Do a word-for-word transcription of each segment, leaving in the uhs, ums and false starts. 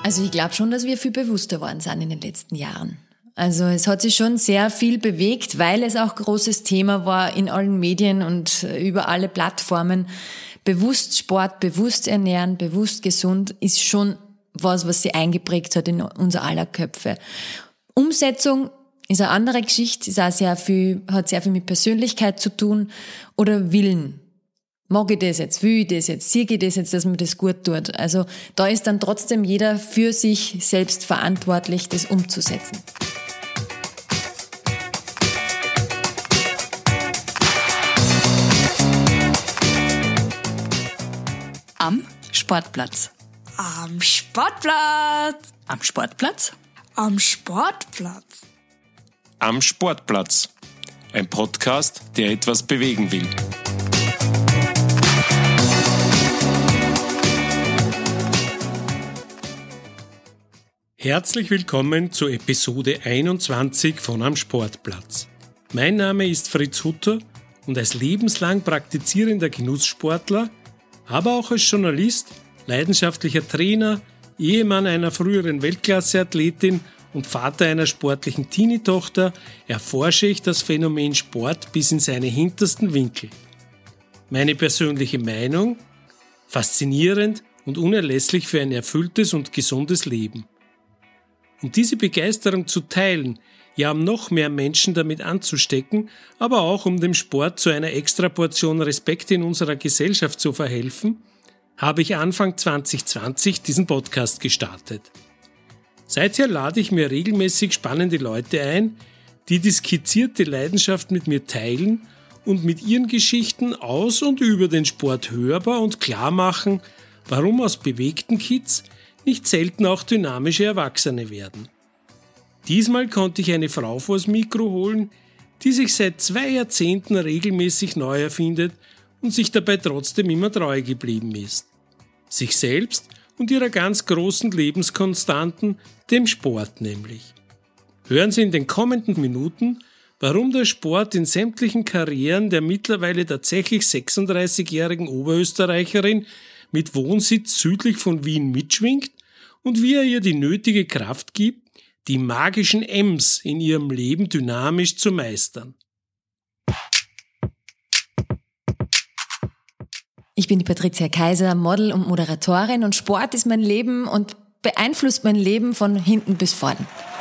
Also ich glaube schon, dass wir viel bewusster worden sind in den letzten Jahren. Also es hat sich schon sehr viel bewegt, weil es auch großes Thema war in allen Medien und über alle Plattformen. Bewusst Sport, bewusst ernähren, bewusst gesund ist schon was, was sich eingeprägt hat in unser aller Köpfe. Umsetzung ist eine andere Geschichte, ist auch sehr viel, hat sehr viel mit Persönlichkeit zu tun oder Willen. Mag ich das jetzt, will ich das jetzt, sehe ich das jetzt, dass mir das gut tut. Also da ist dann trotzdem jeder für sich selbst verantwortlich, das umzusetzen. Am Sportplatz. Am Sportplatz. Am Sportplatz. Am Sportplatz. Am Sportplatz. Ein Podcast, der etwas bewegen will. Herzlich willkommen zur Episode einundzwanzig von Am Sportplatz. Mein Name ist Fritz Hutter und als lebenslang praktizierender Genusssportler, aber auch als Journalist, leidenschaftlicher Trainer, Ehemann einer früheren Weltklasse-Athletin und Vater einer sportlichen Teenie-Tochter erforsche ich das Phänomen Sport bis in seine hintersten Winkel. Meine persönliche Meinung? Faszinierend und unerlässlich für ein erfülltes und gesundes Leben. Um diese Begeisterung zu teilen, ja um noch mehr Menschen damit anzustecken, aber auch um dem Sport zu einer Extraportion Respekt in unserer Gesellschaft zu verhelfen, habe ich Anfang zwanzig zwanzig diesen Podcast gestartet. Seither lade ich mir regelmäßig spannende Leute ein, die die skizzierte Leidenschaft mit mir teilen und mit ihren Geschichten aus und über den Sport hörbar und klar machen, warum aus bewegten Kids nicht selten auch dynamische Erwachsene werden. Diesmal konnte ich eine Frau vors Mikro holen, die sich seit zwei Jahrzehnten regelmäßig neu erfindet und sich dabei trotzdem immer treu geblieben ist. Sich selbst und ihrer ganz großen Lebenskonstanten, dem Sport nämlich. Hören Sie in den kommenden Minuten, warum der Sport in sämtlichen Karrieren der mittlerweile tatsächlich sechsunddreißigjährigen Oberösterreicherin mit Wohnsitz südlich von Wien mitschwingt und wie er ihr die nötige Kraft gibt, die magischen M's in ihrem Leben dynamisch zu meistern. Ich bin die Patricia Kaiser, Model und Moderatorin und Sport ist mein Leben und beeinflusst mein Leben von hinten bis vorn.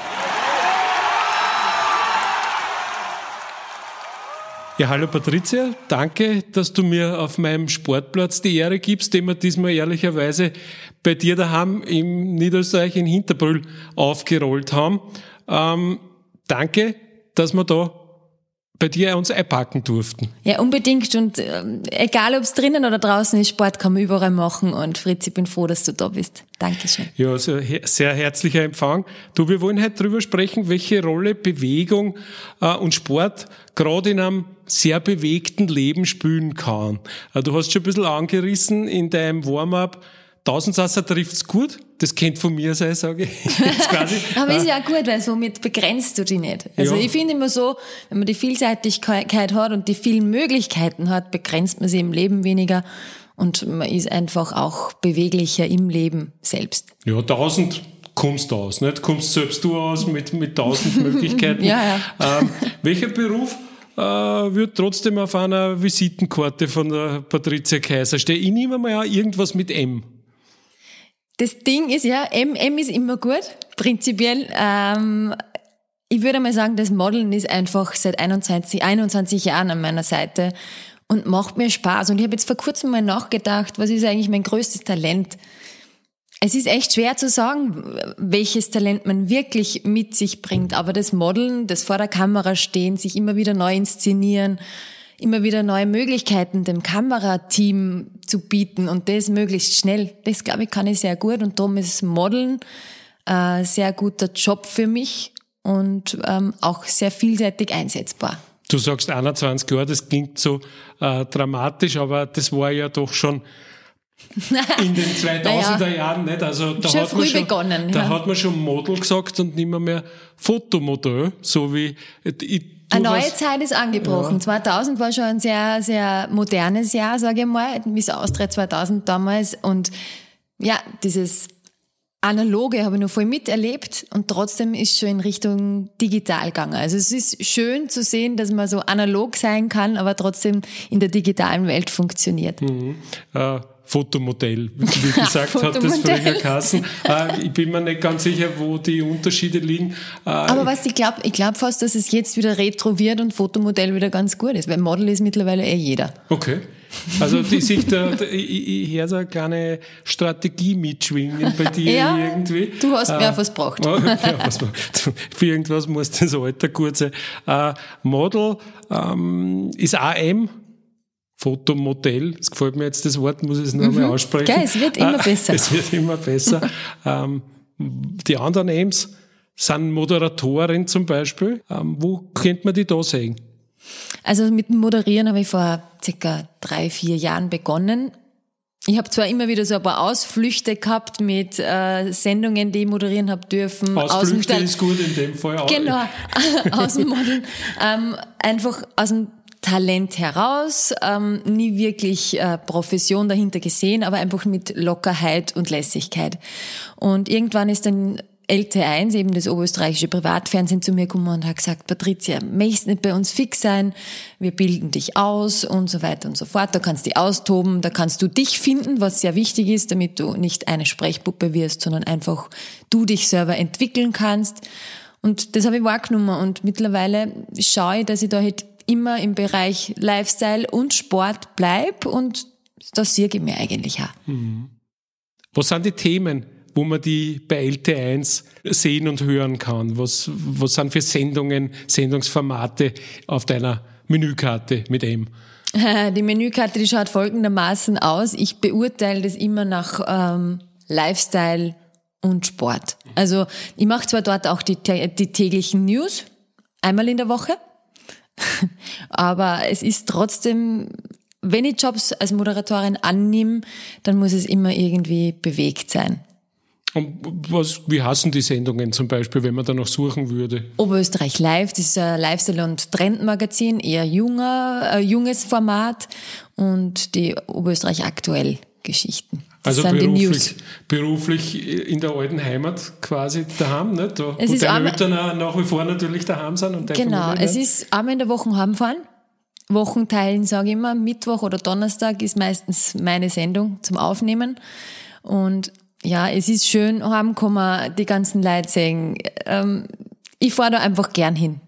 Ja, hallo Patricia, danke, dass du mir auf meinem Sportplatz die Ehre gibst, den wir diesmal ehrlicherweise bei dir daheim im Niederösterreich in Hinterbrühl aufgerollt haben. Ähm, danke, dass wir da bei dir uns einpacken durften. Ja, unbedingt und äh, egal ob es drinnen oder draußen ist, Sport kann man überall machen und Fritz, ich bin froh, dass du da bist. Dankeschön. Ja, sehr, sehr herzlicher Empfang. Du, wir wollen heute drüber sprechen, welche Rolle Bewegung äh, und Sport gerade in einem sehr bewegten Leben spielen kann. Äh, du hast schon ein bisschen angerissen in deinem Warm-up, Tausendsasser trifft's gut. Das kennt von mir sein, sage ich. Jetzt quasi. Aber ist ja auch gut, weil somit begrenzt du dich nicht. Also ja. Ich finde immer so, wenn man die Vielseitigkeit hat und die vielen Möglichkeiten hat, begrenzt man sich im Leben weniger und man ist einfach auch beweglicher im Leben selbst. Ja, tausend kommst du aus, nicht? Kommst selbst du aus mit, mit tausend Möglichkeiten. Ja, ja. Ähm, welcher Beruf äh, wird trotzdem auf einer Visitenkarte von der Patricia Kaiser stehen? Ich nehme mal auch irgendwas mit M. Das Ding ist ja, M, M ist immer gut, prinzipiell. Ähm, ich würde mal sagen, das Modeln ist einfach seit einundzwanzig, einundzwanzig Jahren an meiner Seite und macht mir Spaß. Und ich habe jetzt vor kurzem mal nachgedacht, was ist eigentlich mein größtes Talent? Es ist echt schwer zu sagen, welches Talent man wirklich mit sich bringt. Aber das Modeln, das vor der Kamera stehen, sich immer wieder neu inszenieren, immer wieder neue Möglichkeiten dem Kamerateam zu bieten und das möglichst schnell. Das, glaube ich, kann ich sehr gut und darum ist Modeln ein sehr guter Job für mich und ähm, auch sehr vielseitig einsetzbar. Du sagst einundzwanzig Jahre, das klingt so äh, dramatisch, aber das war ja doch schon in den zweitausender naja, Jahren nicht. Also da schon hat früh man schon, begonnen. Da ja. hat man schon Model gesagt und nicht mehr, mehr Fotomodell, so wie ich, eine neue Zeit ist angebrochen. Ja. zweitausend war schon ein sehr, sehr modernes Jahr, sage ich mal, Miss Austria zweitausend damals. Und ja, dieses Analoge habe ich noch voll miterlebt und trotzdem ist schon in Richtung digital gegangen. Also es ist schön zu sehen, dass man so analog sein kann, aber trotzdem in der digitalen Welt funktioniert. Mhm. Äh, Fotomodell, wie gesagt, hat das früher geheißen. Äh, ich bin mir nicht ganz sicher, wo die Unterschiede liegen. Äh, aber was ich glaube, ich glaube fast, dass es jetzt wieder retro wird und Fotomodell wieder ganz gut ist, weil Model ist mittlerweile eh jeder. Okay. Also die sich da, da ich, ich höre so eine kleine Strategie mitschwingen bei dir ja, irgendwie. Du hast äh, mehr was braucht. Ja, was, für irgendwas muss das Alter gut sein. Äh, Model ähm, ist A M. Fotomodell, das gefällt mir jetzt das Wort, muss ich es noch mhm. einmal aussprechen. Geil, es wird immer besser. Es wird immer besser. ähm, die anderen Names sind Moderatorin zum Beispiel. Ähm, wo könnte man die da sehen? Also mit dem Moderieren habe ich vor circa drei, vier Jahren begonnen. Ich habe zwar immer wieder so ein paar Ausflüchte gehabt mit äh, Sendungen, die ich moderieren habe dürfen. Ausflüchte aus dem ist gut in dem Fall. Auch. Genau, aus dem Modeln. Ähm, einfach aus dem Talent heraus, ähm, nie wirklich äh, Profession dahinter gesehen, aber einfach mit Lockerheit und Lässigkeit. Und irgendwann ist dann L T eins, eben das oberösterreichische Privatfernsehen, zu mir gekommen und hat gesagt, Patricia, möchtest nicht bei uns fix sein, wir bilden dich aus und so weiter und so fort, da kannst du dich austoben, da kannst du dich finden, was sehr wichtig ist, damit du nicht eine Sprechpuppe wirst, sondern einfach du dich selber entwickeln kannst. Und das habe ich wahrgenommen und mittlerweile schaue ich, dass ich da halt immer im Bereich Lifestyle und Sport bleib und das sehe ich mir eigentlich auch. Mhm. Was sind die Themen, wo man die bei L T eins sehen und hören kann? Was, was sind für Sendungen, Sendungsformate auf deiner Menükarte mit M? Die Menükarte, die schaut folgendermaßen aus. Ich beurteile das immer nach ähm, Lifestyle und Sport. Also ich mache zwar dort auch die, die täglichen News, einmal in der Woche, aber es ist trotzdem, wenn ich Jobs als Moderatorin annehme, dann muss es immer irgendwie bewegt sein. Und was, wie heißen die Sendungen zum Beispiel, wenn man da noch suchen würde? Oberösterreich Live, das ist ein Lifestyle- und Trendmagazin, eher junger, äh, junges Format und die Oberösterreich Aktuell Geschichten. Das also sind beruflich, die News. beruflich in der alten Heimat quasi daheim, nicht? Da, Es wo ist deine einmal, Eltern auch nach wie vor natürlich daheim sind. Und genau, Familie es ist einmal in der Woche heimfahren. Wochenteilen, sage ich immer, Mittwoch oder Donnerstag ist meistens meine Sendung zum Aufnehmen. Und ja, es ist schön, heimkommen, die ganzen Leute sehen. Ähm, ich fahre da einfach gern hin.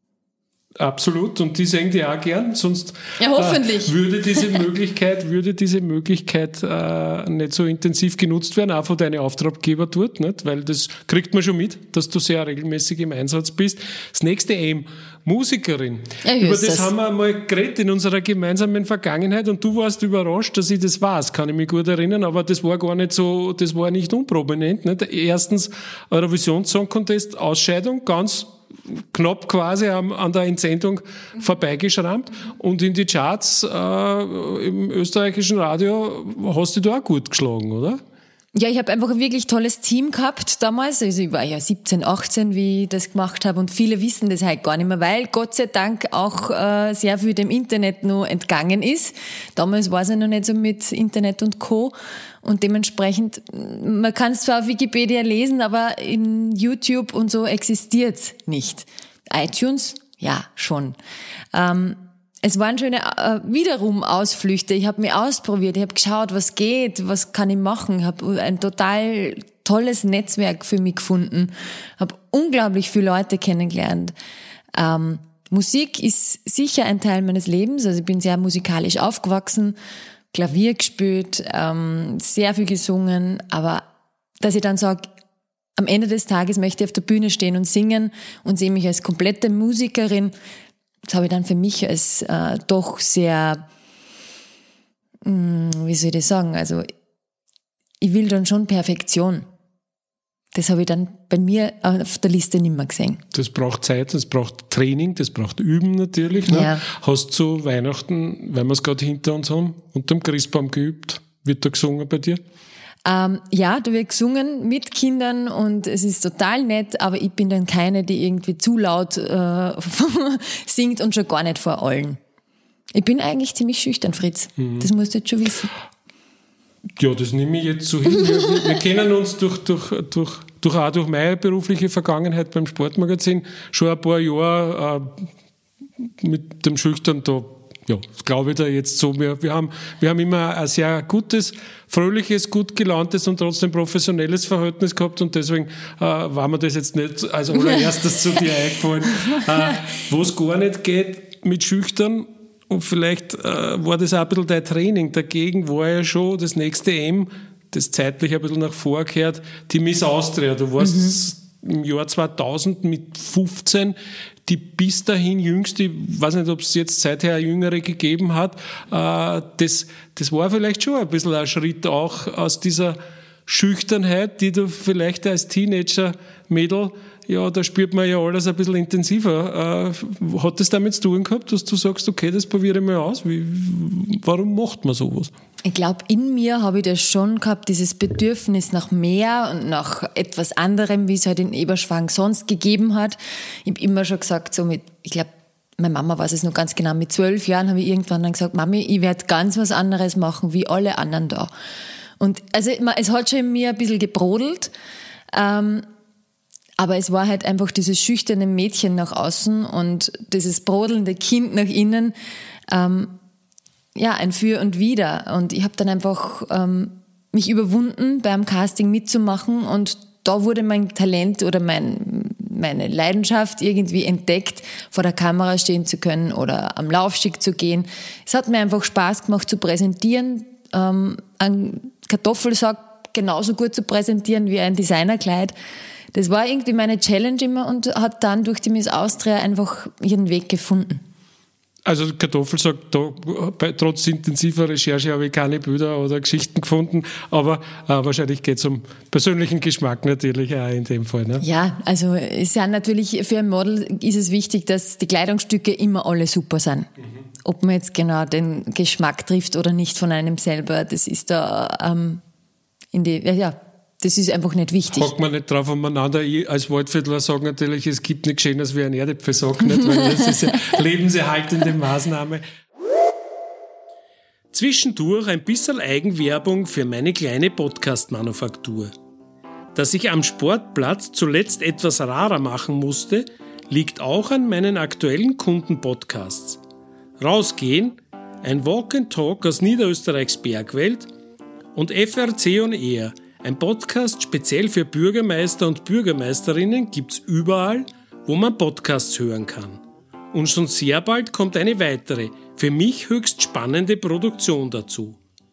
Absolut, und die sehen die auch gern, sonst ja, hoffentlich. Äh, würde diese Möglichkeit, würde diese Möglichkeit äh, nicht so intensiv genutzt werden, auch von deinen Auftraggeber dort, nicht? Weil das kriegt man schon mit, dass du sehr regelmäßig im Einsatz bist. Das nächste Aim, Musikerin. Ja, Über das, das haben wir einmal geredet in unserer gemeinsamen Vergangenheit und du warst überrascht, dass ich das weiß, kann ich mich gut erinnern, aber das war gar nicht so, das war nicht unprominent, nicht? Erstens Eurovision Song Contest, Ausscheidung, ganz knapp quasi an der Entsendung vorbeigeschrammt und in die Charts äh, im österreichischen Radio hast du da auch gut geschlagen, oder? Ja, ich habe einfach ein wirklich tolles Team gehabt damals. Also ich war ja siebzehn, achtzehn, wie ich das gemacht habe und viele wissen das halt gar nicht mehr, weil Gott sei Dank auch äh, sehr viel dem Internet noch entgangen ist. Damals war es ja noch nicht so mit Internet und Co. Und dementsprechend, man kann es zwar auf Wikipedia lesen, aber in YouTube und so existiert es nicht. iTunes, ja, schon. Ähm, Es waren schöne äh, wiederum Ausflüchte. Ich habe mich ausprobiert, ich habe geschaut, was geht, was kann ich machen. Ich habe ein total tolles Netzwerk für mich gefunden, habe unglaublich viele Leute kennengelernt. Ähm, Musik ist sicher ein Teil meines Lebens, also ich bin sehr musikalisch aufgewachsen, Klavier gespielt, ähm, sehr viel gesungen, aber dass ich dann sage, am Ende des Tages möchte ich auf der Bühne stehen und singen und sehe mich als komplette Musikerin. Das habe ich dann für mich als äh, doch sehr, mh, wie soll ich das sagen, also ich will dann schon Perfektion. Das habe ich dann bei mir auf der Liste nicht mehr gesehen. Das braucht Zeit, das braucht Training, das braucht Üben natürlich. Ne? Ja. Hast du zu Weihnachten, weil wir es gerade hinter uns haben, unterm Christbaum geübt? Wird da gesungen bei dir? Ähm, ja, da wird gesungen mit Kindern und es ist total nett, aber ich bin dann keine, die irgendwie zu laut äh, singt und schon gar nicht vor allen. Ich bin eigentlich ziemlich schüchtern, Fritz. Mhm. Das musst du jetzt schon wissen. Ja, das nehme ich jetzt so hin. Wir, wir, wir kennen uns durch, durch, durch, durch, auch durch meine berufliche Vergangenheit beim Sportmagazin schon ein paar Jahre äh, mit dem Schüchtern da. Ja, das glaube ich da jetzt so. Wir, wir, haben, wir haben immer ein sehr gutes, fröhliches, gut gelauntes und trotzdem professionelles Verhältnis gehabt und deswegen äh, war mir das jetzt nicht als allererstes zu dir eingefallen. Äh, wo es gar nicht geht mit Schüchtern, und vielleicht äh, war das auch ein bisschen dein Training. Dagegen war ja schon das nächste M, das zeitlich ein bisschen nach vorgehört, die Miss Austria. Du warst mhm. im Jahr zweitausend mit fünfzehn die bis dahin jüngste, ich weiß nicht, ob es jetzt seither eine jüngere gegeben hat. Äh, das, das war vielleicht schon ein bisschen ein Schritt auch aus dieser Schüchternheit, die du vielleicht als Teenager-Mädel, ja, da spürt man ja alles ein bisschen intensiver. Äh, hat das damit zu tun gehabt, dass du sagst, okay, das probiere ich mal aus? Wie, warum macht man sowas? Ich glaube, in mir habe ich das schon gehabt, dieses Bedürfnis nach mehr und nach etwas anderem, wie es halt in Eberschwang sonst gegeben hat. Ich habe immer schon gesagt, so mit, ich glaube, meine Mama weiß es noch ganz genau, mit zwölf Jahren habe ich irgendwann dann gesagt, Mami, ich werde ganz was anderes machen, wie alle anderen da. Und also es hat schon in mir ein bisschen gebrodelt, ähm, aber es war halt einfach dieses schüchterne Mädchen nach außen und dieses brodelnde Kind nach innen, ähm, ja, ein Für und Wider. Und ich habe dann einfach ähm, mich überwunden, beim Casting mitzumachen und da wurde mein Talent oder mein, meine Leidenschaft irgendwie entdeckt, vor der Kamera stehen zu können oder am Laufsteg zu gehen. Es hat mir einfach Spaß gemacht zu präsentieren, ähm, einen Kartoffelsack genauso gut zu präsentieren wie ein Designerkleid. Das war irgendwie meine Challenge immer und hat dann durch die Miss Austria einfach ihren Weg gefunden. Also Kartoffelsack, da, bei, trotz intensiver Recherche habe ich keine Bilder oder Geschichten gefunden, aber äh, wahrscheinlich geht es um persönlichen Geschmack natürlich auch in dem Fall. Ne? Ja, also es sind natürlich für ein Model ist es wichtig, dass die Kleidungsstücke immer alle super sind. Mhm. Ob man jetzt genau den Geschmack trifft oder nicht von einem selber, das ist da ähm, in die, ja, ja, das ist einfach nicht wichtig. Hockt man nicht drauf umeinander. Ich als Waldviertler sage natürlich, es gibt nichts Schöneres wie ein Erdäpfelsack, nicht? Weil das ist ja lebenserhaltende Maßnahme. Zwischendurch ein bisschen Eigenwerbung für meine kleine Podcast-Manufaktur. Dass ich am Sportplatz zuletzt etwas rarer machen musste, liegt auch an meinen aktuellen Kunden-Podcasts. Rausgehen, ein Walk and Talk aus Niederösterreichs Bergwelt und F R C on Air, ein Podcast speziell für Bürgermeister und Bürgermeisterinnen, gibt's überall, wo man Podcasts hören kann. Und schon sehr bald kommt eine weitere, für mich höchst spannende Produktion dazu.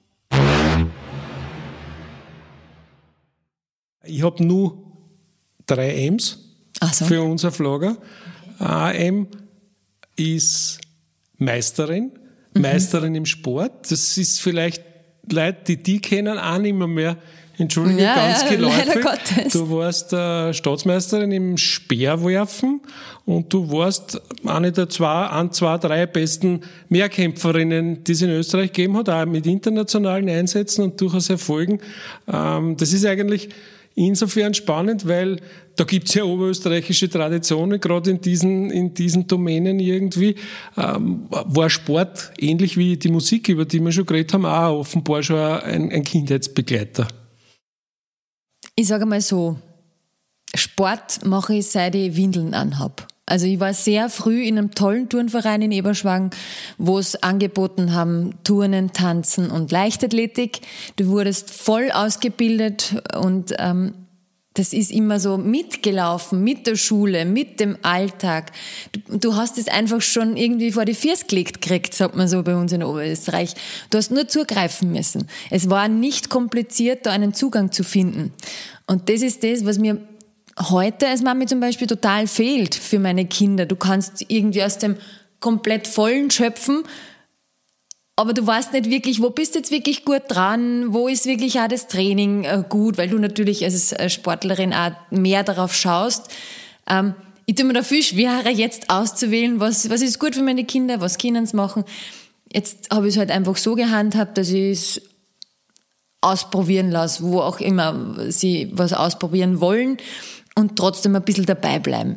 Ich habe nur drei M's Ach so. für unser Flagger. Ein M ist Meisterin, mhm. Meisterin im Sport. Das ist vielleicht Leute, die die kennen, auch nicht mehr mehr. Entschuldige, ja, ganz ja, geläufig. Du warst äh, Staatsmeisterin im Speerwerfen und du warst eine der zwei, ein, zwei, drei besten Mehrkämpferinnen, die es in Österreich gegeben hat, auch mit internationalen Einsätzen und durchaus Erfolgen. Ähm, das ist eigentlich insofern spannend, weil da gibt's ja oberösterreichische Traditionen, gerade in diesen, in diesen Domänen irgendwie. Ähm, war Sport, ähnlich wie die Musik, über die wir schon geredet haben, auch offenbar schon ein, ein Kindheitsbegleiter. Ich sage mal so, Sport mache ich, seit ich Windeln anhab. Also ich war sehr früh in einem tollen Turnverein in Eberschwang, wo es angeboten haben, Turnen, Tanzen und Leichtathletik. Du wurdest voll ausgebildet und ähm, das ist immer so mitgelaufen, mit der Schule, mit dem Alltag. Du, du hast es einfach schon irgendwie vor die Füße gelegt gekriegt, sagt man so bei uns in Oberösterreich. Du hast nur zugreifen müssen. Es war nicht kompliziert, da einen Zugang zu finden. Und das ist das, was mir heute als Mami zum Beispiel total fehlt für meine Kinder. Du kannst irgendwie aus dem komplett Vollen schöpfen, aber du weißt nicht wirklich, wo bist du jetzt wirklich gut dran, wo ist wirklich auch das Training äh, gut, weil du natürlich als Sportlerin auch mehr darauf schaust. Ähm, ich tue mir da viel schwerer, jetzt auszuwählen, was, was ist gut für meine Kinder, was können sie machen. Jetzt habe ich es halt einfach so gehandhabt, dass ich es ausprobieren lasse, wo auch immer sie was ausprobieren wollen und trotzdem ein bisschen dabei bleiben.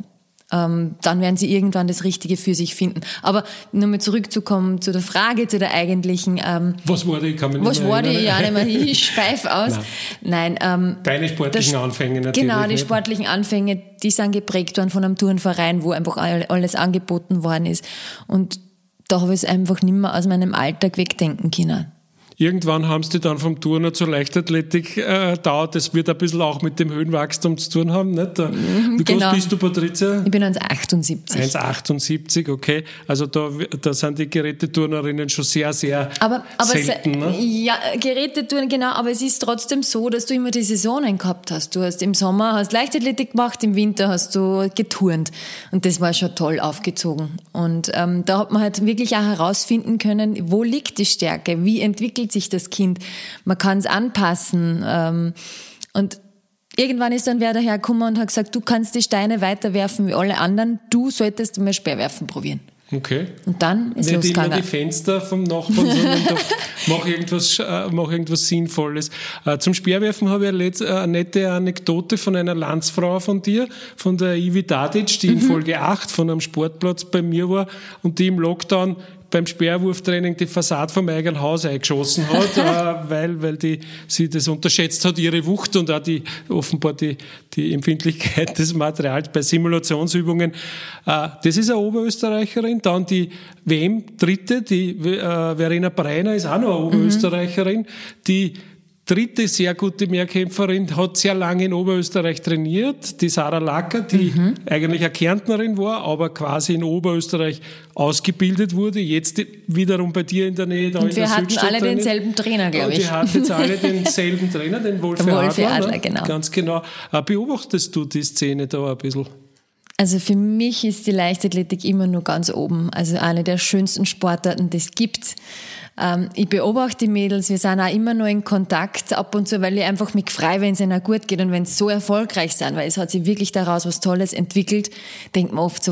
ähm, dann werden sie irgendwann das Richtige für sich finden. Aber nochmal zurückzukommen zu der Frage, zu der eigentlichen... Ähm, was war die? Kann man nicht was war die? Ja, nicht mehr. Ich schweife aus. Nein. Nein ähm, Deine sportlichen das, Anfänge natürlich. Genau, die nicht? sportlichen Anfänge, die sind geprägt worden von einem Turnverein, wo einfach alles angeboten worden ist. Und da habe ich es einfach nicht mehr aus meinem Alltag wegdenken können. Irgendwann haben sie dann vom Turner zur Leichtathletik äh, dauert. Das wird ein bisschen auch mit dem Höhenwachstum zu tun haben, nicht? Wie genau. groß bist du, Patricia? Ich bin eins Komma achtundsiebzig. eins Komma achtundsiebzig, okay. Also da, da sind die Geräteturnerinnen schon sehr, sehr aber, aber selten. Se- ne? Ja, Geräteturnen, genau. Aber es ist trotzdem so, dass du immer die Saisonen gehabt hast. Du hast im Sommer hast Leichtathletik gemacht, im Winter hast du geturnt. Und das war schon toll aufgezogen. Und ähm, da hat man halt wirklich auch herausfinden können, wo liegt die Stärke, wie entwickelt sich das Kind. Man kann es anpassen. Ähm, und irgendwann ist dann wer dahergekommen und hat gesagt, du kannst die Steine weiterwerfen wie alle anderen, du solltest mal Speerwerfen probieren. Okay. Und dann ist nicht losgegangen. immer die Fenster vom Nachbarn, sondern doch mach irgendwas, äh, mach irgendwas Sinnvolles. Äh, zum Speerwerfen habe ich eine, letz, äh, eine nette Anekdote von einer Landsfrau von dir, von der Ivi Tadic, die in Folge acht von einem Sportplatz bei mir war und die im Lockdown beim Speerwurftraining die Fassade vom eigenen Haus eingeschossen hat, äh, weil, weil die, sie das unterschätzt hat, ihre Wucht und auch die, offenbar die, die Empfindlichkeit des Materials bei Simulationsübungen. Äh, das ist eine Oberösterreicherin. Dann die W M-Dritte, die äh, Verena Breiner ist auch noch eine Oberösterreicherin, die dritte sehr gute Mehrkämpferin, hat sehr lange in Oberösterreich trainiert, die Sarah Lacker, die mhm. eigentlich eine Kärntnerin war, aber quasi in Oberösterreich ausgebildet wurde, jetzt wiederum bei dir in der Nähe da und in wir der hatten Südstadt alle trainiert. denselben Trainer, glaube ich. Und wir hatten jetzt alle denselben Trainer, den Wolfi Wolfi Adler. Adler, ne? genau. Ganz genau. Beobachtest du die Szene da ein bisschen? Also für mich ist die Leichtathletik immer nur ganz oben. Also eine der schönsten Sportarten, die es gibt. Ähm, ich beobachte die Mädels, wir sind auch immer nur in Kontakt ab und zu, weil ich einfach mich freue, wenn es ihnen gut geht und wenn sie so erfolgreich sind, weil es hat sich wirklich daraus was Tolles entwickelt, denkt man oft so,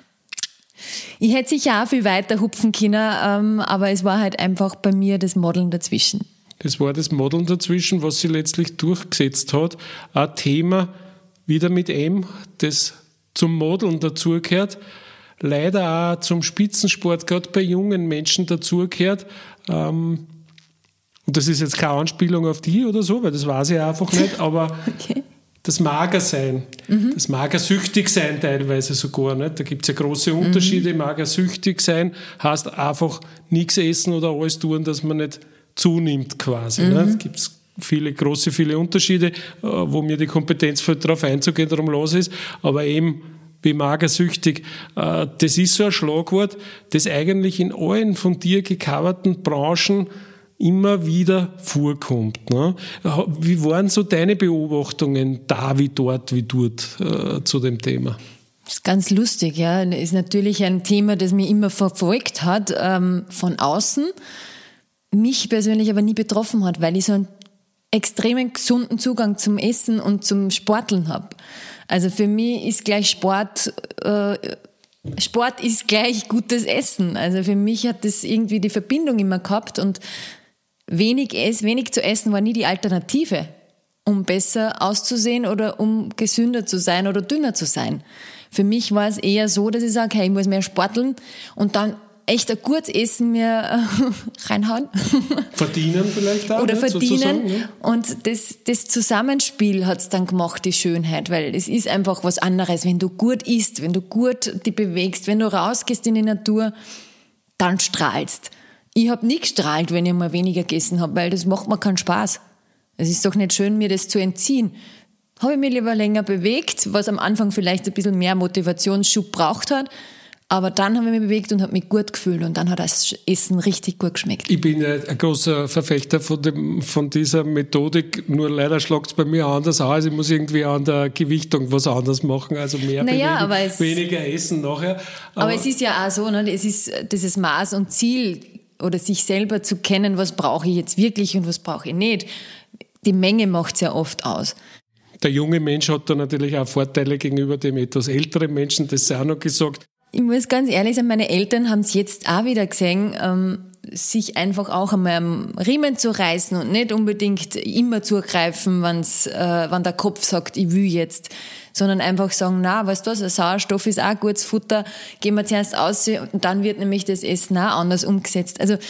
ich hätte sicher auch viel weiter hupfen können, ähm, aber es war halt einfach bei mir das Modeln dazwischen. Das war das Modeln dazwischen, was sie letztlich durchgesetzt hat. Ein Thema wieder mit M, das zum Modeln dazugehört, leider auch zum Spitzensport, gerade bei jungen Menschen dazugehört. Ähm, und das ist jetzt keine Anspielung auf die oder so, weil das weiß ich einfach nicht, aber okay. Das Magersein, mhm. das Magersüchtigsein teilweise sogar, nicht? Da gibt es ja große Unterschiede. Mhm. Magersüchtig sein heißt einfach nichts essen oder alles tun, dass man nicht zunimmt quasi. Mhm. Es gibt viele, große, viele Unterschiede, wo mir die Kompetenz fehlt, darauf einzugehen, darum los ist. Aber eben wie magersüchtig, das ist so ein Schlagwort, das eigentlich in allen von dir gecoverten Branchen immer wieder vorkommt. Ne? Wie waren so deine Beobachtungen da wie dort, wie dort äh, zu dem Thema? Das ist ganz lustig, ja. Das ist natürlich ein Thema, das mich immer verfolgt hat, ähm, von außen, mich persönlich aber nie betroffen hat, weil ich so einen extremen gesunden Zugang zum Essen und zum Sporteln habe. Also für mich ist gleich Sport, äh, Sport ist gleich gutes Essen. Also für mich hat das irgendwie die Verbindung immer gehabt und wenig, ess, wenig zu essen war nie die Alternative, um besser auszusehen oder um gesünder zu sein oder dünner zu sein. Für mich war es eher so, dass ich sage, hey, ich muss mehr sporteln und dann echt ein gutes Essen mir äh, reinhauen. Verdienen vielleicht auch. Oder nicht, verdienen. Ne? Und das, das Zusammenspiel hat's dann gemacht, die Schönheit, weil es ist einfach was anderes. Wenn du gut isst, wenn du gut dich bewegst, wenn du rausgehst in die Natur, dann strahlst. Ich habe nie gestrahlt, wenn ich mal weniger gegessen habe, weil das macht mir keinen Spaß. Es ist doch nicht schön, mir das zu entziehen. Habe ich mich lieber länger bewegt, was am Anfang vielleicht ein bisschen mehr Motivationsschub braucht hat. Aber dann habe ich mich bewegt und habe mich gut gefühlt und dann hat das Essen richtig gut geschmeckt. Ich bin ein großer Verfechter von, dem, von dieser Methodik, nur leider schlagt es bei mir anders aus. Ich muss irgendwie an der Gewichtung was anderes machen, also mehr naja, bewegen, aber es, weniger essen nachher. Aber, aber es ist ja auch so, ne, es ist dieses Maß und Ziel oder sich selber zu kennen, was brauche ich jetzt wirklich und was brauche ich nicht. Die Menge macht es ja oft aus. Der junge Mensch hat da natürlich auch Vorteile gegenüber dem etwas älteren Menschen, das sei auch noch gesagt. Ich muss ganz ehrlich sein, meine Eltern haben es jetzt auch wieder gesehen. Ähm, sich einfach auch einmal am Riemen zu reißen und nicht unbedingt immer zugreifen, wenn's, äh, wenn der Kopf sagt, ich will jetzt, sondern einfach sagen, na, weißt du was, ein Sauerstoff ist auch gutes Futter, gehen wir zuerst aus und dann wird nämlich das Essen auch anders umgesetzt. Also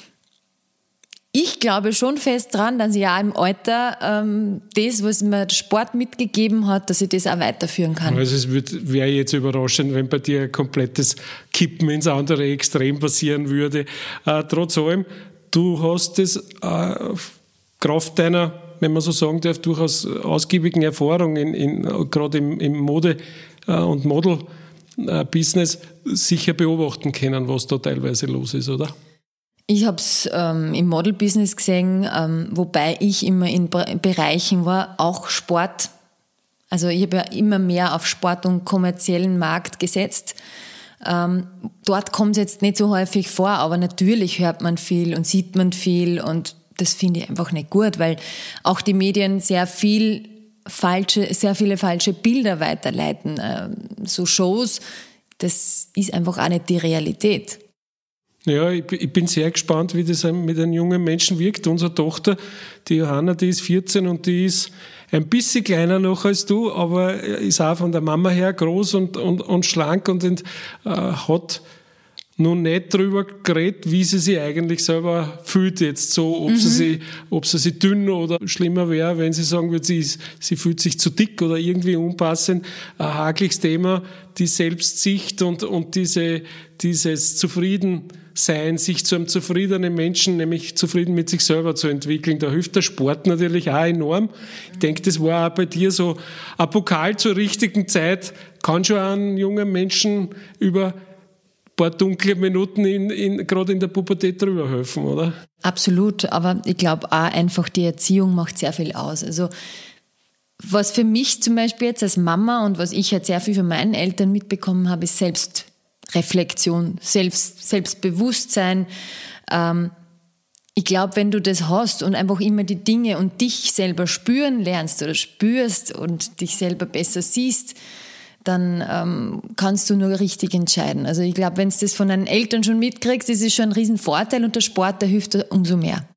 ich glaube schon fest dran, dass ich auch im Alter ähm, das, was mir der Sport mitgegeben hat, dass ich das auch weiterführen kann. Also es wäre jetzt überraschend, wenn bei dir ein komplettes Kippen ins andere Extrem passieren würde. Äh, trotz allem, du hast das äh, Kraft deiner, wenn man so sagen darf, durchaus ausgiebigen Erfahrung in, in, gerade im, im Mode- äh, und Model-Business sicher beobachten können, was da teilweise los ist, oder? Ich habe es ähm, im Model-Business gesehen, ähm, wobei ich immer in Be- Bereichen war, auch Sport. Also ich habe ja immer mehr auf Sport und kommerziellen Markt gesetzt. Ähm, dort kommt es jetzt nicht so häufig vor, aber natürlich hört man viel und sieht man viel und das finde ich einfach nicht gut, weil auch die Medien sehr viel falsche, sehr viele falsche Bilder weiterleiten. Ähm, so Shows, das ist einfach auch nicht die Realität. Ja, ich bin sehr gespannt, wie das mit einem jungen Menschen wirkt. Unsere Tochter, die Johanna, die ist vierzehn und die ist ein bisschen kleiner noch als du, aber ist auch von der Mama her groß und, und, und schlank und äh, hat noch nicht darüber geredet, wie sie sich eigentlich selber fühlt jetzt so, ob, mhm. sie, sich, ob sie sich dünn oder schlimmer wäre, wenn sie sagen würde, sie, ist, sie fühlt sich zu dick oder irgendwie unpassend. Ein hakliges Thema, die Selbstsicht und, und diese, dieses Zufriedensein, sich zu einem zufriedenen Menschen, nämlich zufrieden mit sich selber zu entwickeln. Da hilft der Sport natürlich auch enorm. Ich denke, das war auch bei dir so, ein Pokal zur richtigen Zeit kann schon einen jungen Menschen über paar dunkle Minuten in, in, gerade in der Pubertät drüber helfen, oder? Absolut, aber ich glaube auch einfach, die Erziehung macht sehr viel aus. Also was für mich zum Beispiel jetzt als Mama und was ich halt sehr viel von meinen Eltern mitbekommen habe, ist Selbstreflexion, Selbst, Selbstbewusstsein. Ähm, ich glaube, wenn du das hast und einfach immer die Dinge und dich selber spüren lernst oder spürst und dich selber besser siehst, dann ähm, kannst du nur richtig entscheiden. Also ich glaube, wenn du das von deinen Eltern schon mitkriegst, das ist schon ein Riesenvorteil und der Sport, der hilft dir umso mehr.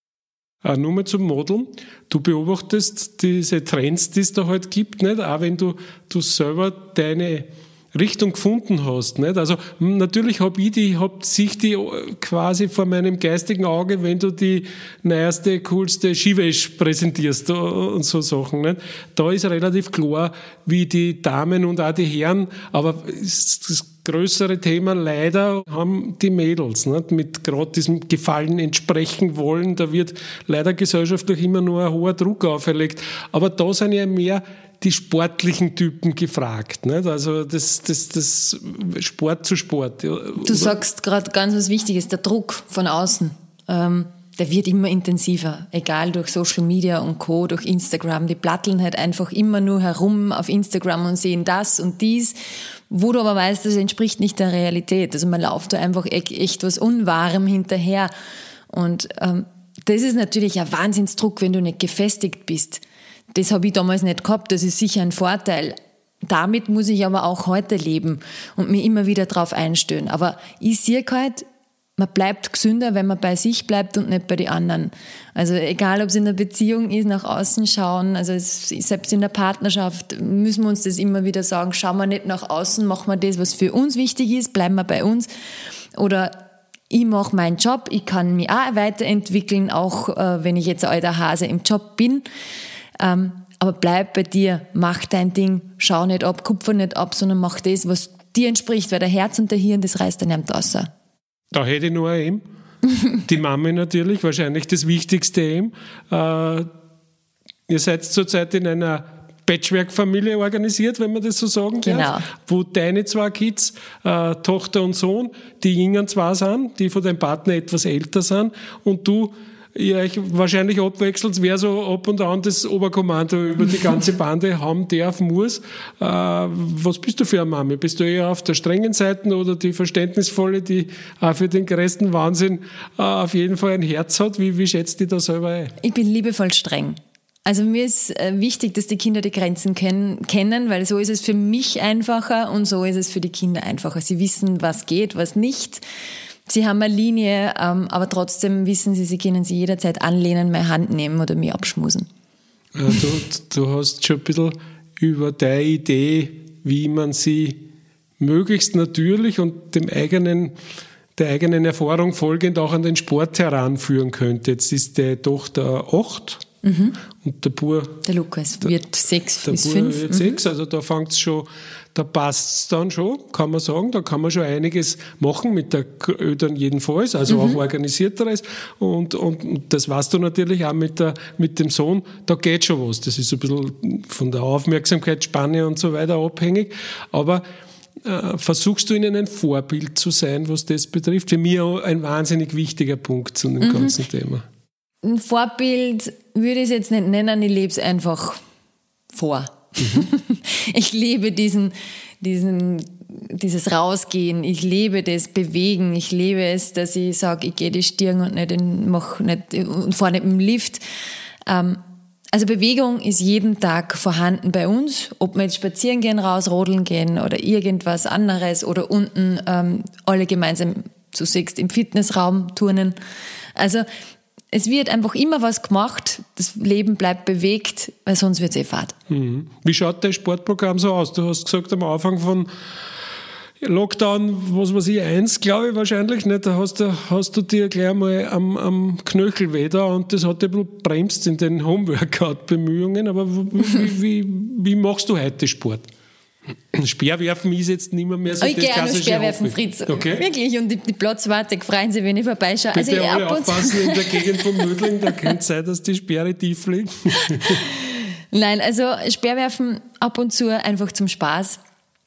Äh, nur mal zum Modeln. Du beobachtest diese Trends, die es da halt gibt, nicht? Auch wenn du, du selber deine Richtung gefunden hast, nicht? Also natürlich habe ich die, hab sich die quasi vor meinem geistigen Auge, wenn du die neueste, coolste Skiwäsche präsentierst und so Sachen, nicht? Da ist relativ klar, wie die Damen und auch die Herren, aber das größere Thema leider haben die Mädels, nicht? Mit gerade diesem Gefallen entsprechen wollen, da wird leider gesellschaftlich immer nur ein hoher Druck auferlegt, aber da sind ja mehr die sportlichen Typen gefragt, nicht? Also das, das, das Sport zu Sport. Du sagst gerade ganz was Wichtiges, der Druck von außen, ähm, der wird immer intensiver, egal durch Social Media und Co., durch Instagram. Die platteln halt einfach immer nur herum auf Instagram und sehen das und dies, wo du aber weißt, das entspricht nicht der Realität. Also man läuft da einfach echt was Unwahrem hinterher und ähm, das ist natürlich ein Wahnsinnsdruck, wenn du nicht gefestigt bist. Das habe ich damals nicht gehabt, das ist sicher ein Vorteil. Damit muss ich aber auch heute leben und mich immer wieder drauf einstellen. Aber ich sehe halt, man bleibt gesünder, wenn man bei sich bleibt und nicht bei den anderen. Also egal, ob es in der Beziehung ist, nach außen schauen, also es, selbst in der Partnerschaft müssen wir uns das immer wieder sagen, schauen wir nicht nach außen, machen wir das, was für uns wichtig ist, bleiben wir bei uns. Oder ich mache meinen Job, ich kann mich auch weiterentwickeln, auch äh, wenn ich jetzt ein alter Hase im Job bin. Ähm, aber bleib bei dir, mach dein Ding, schau nicht ab, kupfer nicht ab, sondern mach das, was dir entspricht, weil der Herz und der Hirn, das reißt dann nicht aus. Da hätte ich nur ein Die Mama natürlich, wahrscheinlich das wichtigste eben. Äh, ihr seid zurzeit in einer Patchwork-Familie organisiert, wenn man das so sagen genau. darf, wo deine zwei Kids, äh, Tochter und Sohn, die jüngeren zwei sind, die von deinem Partner etwas älter sind und du ihr euch wahrscheinlich abwechselt, wer so ab und an das Oberkommando über die ganze Bande haben darf, muss. Äh, was bist du für eine Mami? Bist du eher auf der strengen Seite oder die verständnisvolle, die auch für den größten Wahnsinn äh, auf jeden Fall ein Herz hat? Wie, wie schätzt die da selber ein? Ich bin liebevoll streng. Also mir ist wichtig, dass die Kinder die Grenzen kennen, weil so ist es für mich einfacher und so ist es für die Kinder einfacher. Sie wissen, was geht, was nicht. sie haben eine Linie, ähm, aber trotzdem wissen sie, sie können sie jederzeit anlehnen, meine Hand nehmen oder mich abschmusen. Ja, du, du hast schon ein bisschen über deine Idee, wie man sie möglichst natürlich und dem eigenen, der eigenen Erfahrung folgend auch an den Sport heranführen könnte. Jetzt ist die Tochter acht. Mhm. Und der Bub, der Lukas, der, wird sechs der bis Bub fünf. wird mhm. sechs, also da fängt's schon, da passt's dann schon, kann man sagen, da kann man schon einiges machen mit der Eltern jedenfalls, also mhm. auch organisierteres und, und, und das weißt du natürlich auch mit der, mit dem Sohn, da geht schon was, das ist ein bisschen von der Aufmerksamkeitsspanne und so weiter abhängig, aber äh, versuchst du ihnen ein Vorbild zu sein, was das betrifft? Für mich auch ein wahnsinnig wichtiger Punkt zu dem mhm. ganzen Thema. Ein Vorbild würde ich es jetzt nicht nennen, ich lebe es einfach vor. Mhm. Ich lebe diesen, diesen, dieses Rausgehen, ich lebe das Bewegen, ich lebe es, dass ich sage, ich gehe die Stirn und nicht, in, mach nicht und fahre nicht im Lift. Ähm, also Bewegung ist jeden Tag vorhanden bei uns, ob wir jetzt spazieren gehen, raus, rodeln gehen oder irgendwas anderes oder unten ähm, alle gemeinsam zu sechst im Fitnessraum turnen. Also es wird einfach immer was gemacht, das Leben bleibt bewegt, weil sonst wird es eh fad. Mhm. Wie schaut dein Sportprogramm so aus? Du hast gesagt, am Anfang von Lockdown, was weiß ich, eins, glaube ich wahrscheinlich, nicht? Da hast du, hast du dir gleich mal am, am Knöchel weh da und das hat dich ein bisschen bremst in den Homeworkout-Bemühungen. Aber wie, wie, wie machst du heute Sport? Speerwerfen ist jetzt nicht mehr, mehr so oh, ich das klassische klassische Speerwerfen, Hobby. Fritz. Okay. Wirklich. Und die, die Platzwarte freuen sich, wenn ich vorbeischaue. Bitte also ich alle ab und aufpassen in der Gegend von Mödling, da könnte es sein, dass die Speere tief liegen. Nein, also Speerwerfen ab und zu einfach zum Spaß.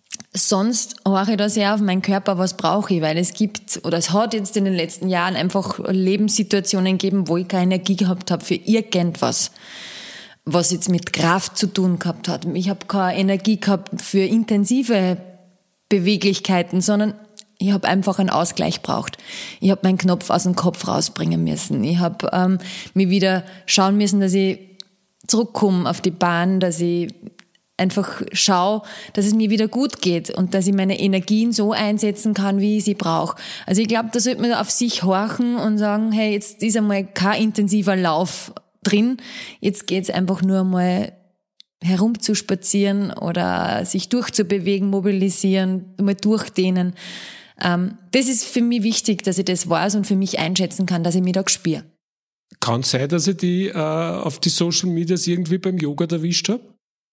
Sonst höre ich da sehr auf meinen Körper, was brauche ich, weil es gibt, oder es hat jetzt in den letzten Jahren einfach Lebenssituationen gegeben, wo ich keine Energie gehabt habe für irgendwas, was jetzt mit Kraft zu tun gehabt hat. Ich habe keine Energie gehabt für intensive Beweglichkeiten, sondern ich habe einfach einen Ausgleich gebraucht. Ich habe meinen Knopf aus dem Kopf rausbringen müssen. Ich habe ähm, mich wieder schauen müssen, dass ich zurückkomme auf die Bahn, dass ich einfach schaue, dass es mir wieder gut geht und dass ich meine Energien so einsetzen kann, wie ich sie brauche. Also ich glaube, da sollte man auf sich horchen und sagen, hey, jetzt ist einmal kein intensiver Lauf drin, jetzt geht's einfach nur mal herumzuspazieren oder sich durchzubewegen, mobilisieren, mal durchdehnen. Ähm, das ist für mich wichtig, dass ich das weiß und für mich einschätzen kann, dass ich mich da spüre. Kann es sein, dass ich die äh, auf die Social Medias irgendwie beim Yoga erwischt habe?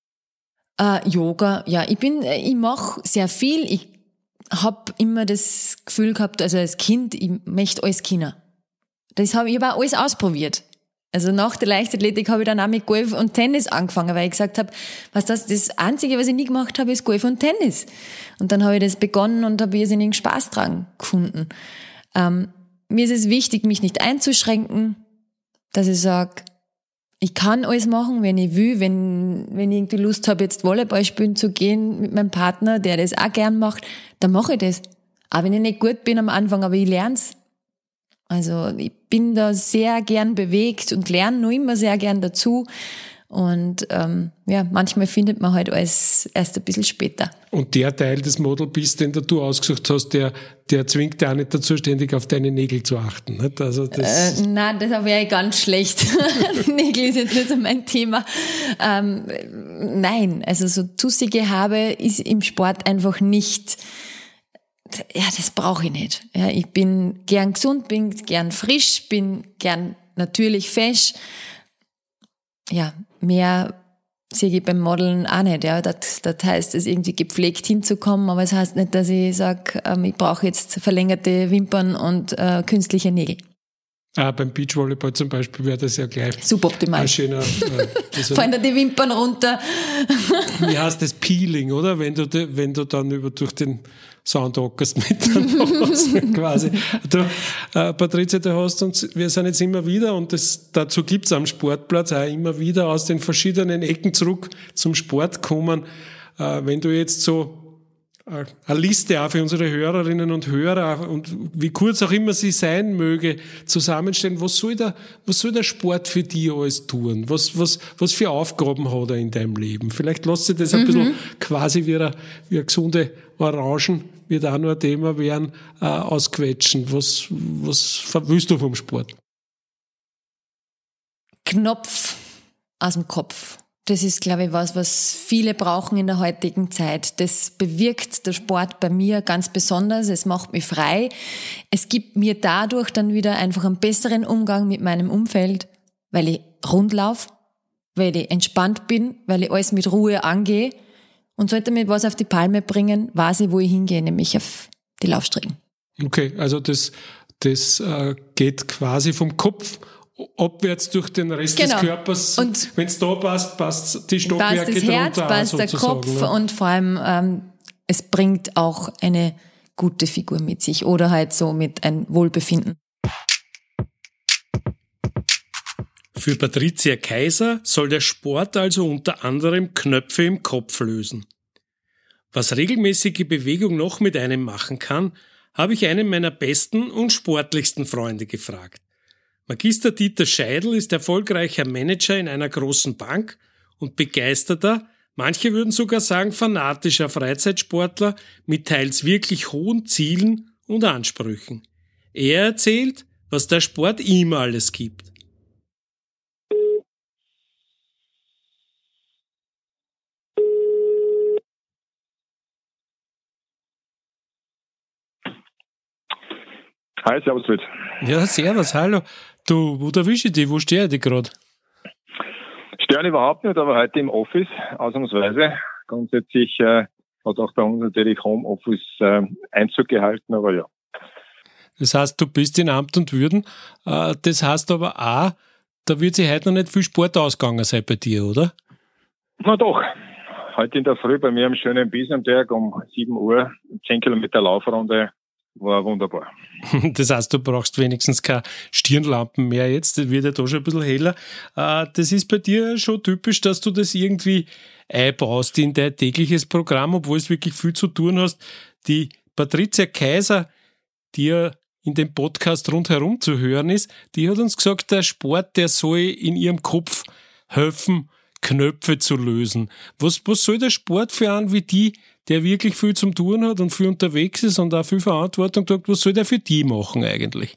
Äh, Yoga, ja, ich bin, ich mache sehr viel. Ich habe immer das Gefühl gehabt, also als Kind, ich möchte alles können. Das habe ich aber auch alles ausprobiert. Also nach der Leichtathletik habe ich dann auch mit Golf und Tennis angefangen, weil ich gesagt habe, was das, das Einzige, was ich nie gemacht habe, ist Golf und Tennis. Und dann habe ich das begonnen und habe irrsinnigen Spaß dran gefunden. Ähm, mir ist es wichtig, mich nicht einzuschränken, dass ich sage, ich kann alles machen, wenn ich will, wenn, wenn ich irgendwie Lust habe, jetzt Volleyball spielen zu gehen mit meinem Partner, der das auch gern macht, dann mache ich das. Auch wenn ich nicht gut bin am Anfang, aber ich lerne es. Also ich bin da sehr gern bewegt und lerne noch immer sehr gern dazu. Und ähm, ja, manchmal findet man halt alles erst ein bisschen später. Und der Teil des Model bist, den du ausgesucht hast, der, der zwingt dich auch nicht dazu, ständig auf deine Nägel zu achten. Nicht? Also das äh, nein, das wäre ganz schlecht. Nägel ist jetzt nicht so mein Thema. Ähm, nein, also so tussige Habe ist im Sport einfach nicht... Ja, das brauche ich nicht. Ja, ich bin gern gesund, bin gern frisch, bin gern natürlich fesch. Ja, mehr sehe ich beim Modeln auch nicht. Ja, das, das heißt, es irgendwie gepflegt hinzukommen, aber es heißt nicht, dass ich sage, ähm, ich brauche jetzt verlängerte Wimpern und äh, künstliche Nägel. Ah, beim Beachvolleyball zum Beispiel wäre das ja gleich suboptimal. Ein schöner, äh, fallen da die Wimpern runter. Wie heißt das? Peeling, oder? Wenn du, de, wenn du dann über durch den Sound hockerst mit der Nase quasi. Du, äh, Patricia, du hast uns, wir sind jetzt immer wieder, und das, dazu gibt's am Sportplatz auch immer wieder aus den verschiedenen Ecken zurück zum Sport kommen. Äh, wenn du jetzt so eine Liste auch für unsere Hörerinnen und Hörer, und wie kurz auch immer sie sein möge, zusammenstellen, was soll der, was soll der Sport für dich alles tun? Was, was, was für Aufgaben hat er in deinem Leben? Vielleicht lässt sich das ein mhm. bisschen quasi wie eine, wie eine gesunde Orangen wird auch noch ein Thema werden, äh, ausquetschen. Was, was willst du vom Sport? Knopf aus dem Kopf. Das ist, glaube ich, was, was viele brauchen in der heutigen Zeit. Das bewirkt der Sport bei mir ganz besonders. Es macht mich frei. Es gibt mir dadurch dann wieder einfach einen besseren Umgang mit meinem Umfeld, weil ich rund laufe, weil ich entspannt bin, weil ich alles mit Ruhe angehe. Und sollte mir was auf die Palme bringen, weiß ich, wo ich hingehe, nämlich auf die Laufstrecken. Okay, also das, das äh, geht quasi vom Kopf abwärts durch den Rest genau. des Körpers. Und wenn es da passt, passt die Stockwerke passt das Herz, drunter passt der Kopf, ne? Und vor allem ähm, es bringt auch eine gute Figur mit sich oder halt so mit ein Wohlbefinden. Für Patricia Kaiser soll der Sport also unter anderem Knöpfe im Kopf lösen. Was regelmäßige Bewegung noch mit einem machen kann, habe ich einen meiner besten und sportlichsten Freunde gefragt. Magister Dieter Scheidl ist erfolgreicher Manager in einer großen Bank und begeisterter, manche würden sogar sagen fanatischer Freizeitsportler mit teils wirklich hohen Zielen und Ansprüchen. Er erzählt, was der Sport ihm alles gibt. Hi, servus Fritz. Ja, servus, hallo. Du, wo erwische ich dich? Wo stehe ich dich gerade? Stören überhaupt nicht, aber heute im Office, ausnahmsweise. Grundsätzlich äh, hat auch bei uns natürlich Homeoffice äh, Einzug gehalten, aber ja. Das heißt, du bist in Amt und Würden. Äh, das heißt aber auch, da wird sich heute noch nicht viel Sport ausgegangen sein bei dir, oder? Na doch. Heute in der Früh bei mir am schönen Biesenberg um sieben Uhr, zehn Kilometer Laufrunde. War wunderbar. Das heißt, du brauchst wenigstens keine Stirnlampen mehr jetzt, das wird ja da schon ein bisschen heller. Das ist bei dir schon typisch, dass du das irgendwie einbaust in dein tägliches Programm, obwohl es wirklich viel zu tun hast. Die Patricia Kaiser, die ja in dem Podcast rundherum zu hören ist, die hat uns gesagt, der Sport, der soll in ihrem Kopf helfen, Knöpfe zu lösen. Was, was soll der Sport für einen wie die, der wirklich viel zum tun hat und viel unterwegs ist und auch viel Verantwortung trägt, was soll der für die machen eigentlich?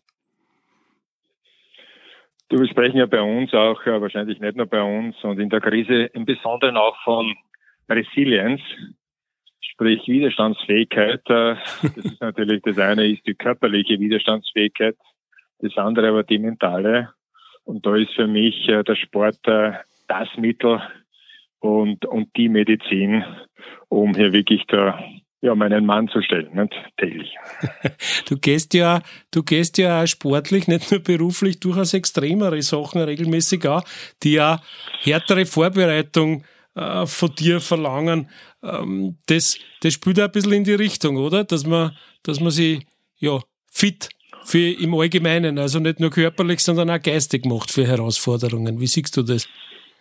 Du, wir sprechen ja bei uns auch, äh, wahrscheinlich nicht nur bei uns und in der Krise im Besonderen auch von Resilienz, sprich Widerstandsfähigkeit. Äh, das ist natürlich, das eine ist die körperliche Widerstandsfähigkeit, das andere aber die mentale. Und da ist für mich äh, der Sport äh, das Mittel und, und die Medizin, um hier wirklich der, ja, meinen Mann zu stellen, nicht täglich. Du gehst ja, du gehst ja auch sportlich, nicht nur beruflich, durchaus extremere Sachen regelmäßig auch, die ja härtere Vorbereitung äh, von dir verlangen. Ähm, das, das spielt auch ein bisschen in die Richtung, oder? Dass man, dass man sich, ja, fit für im Allgemeinen, also nicht nur körperlich, sondern auch geistig macht für Herausforderungen. Wie siehst du das?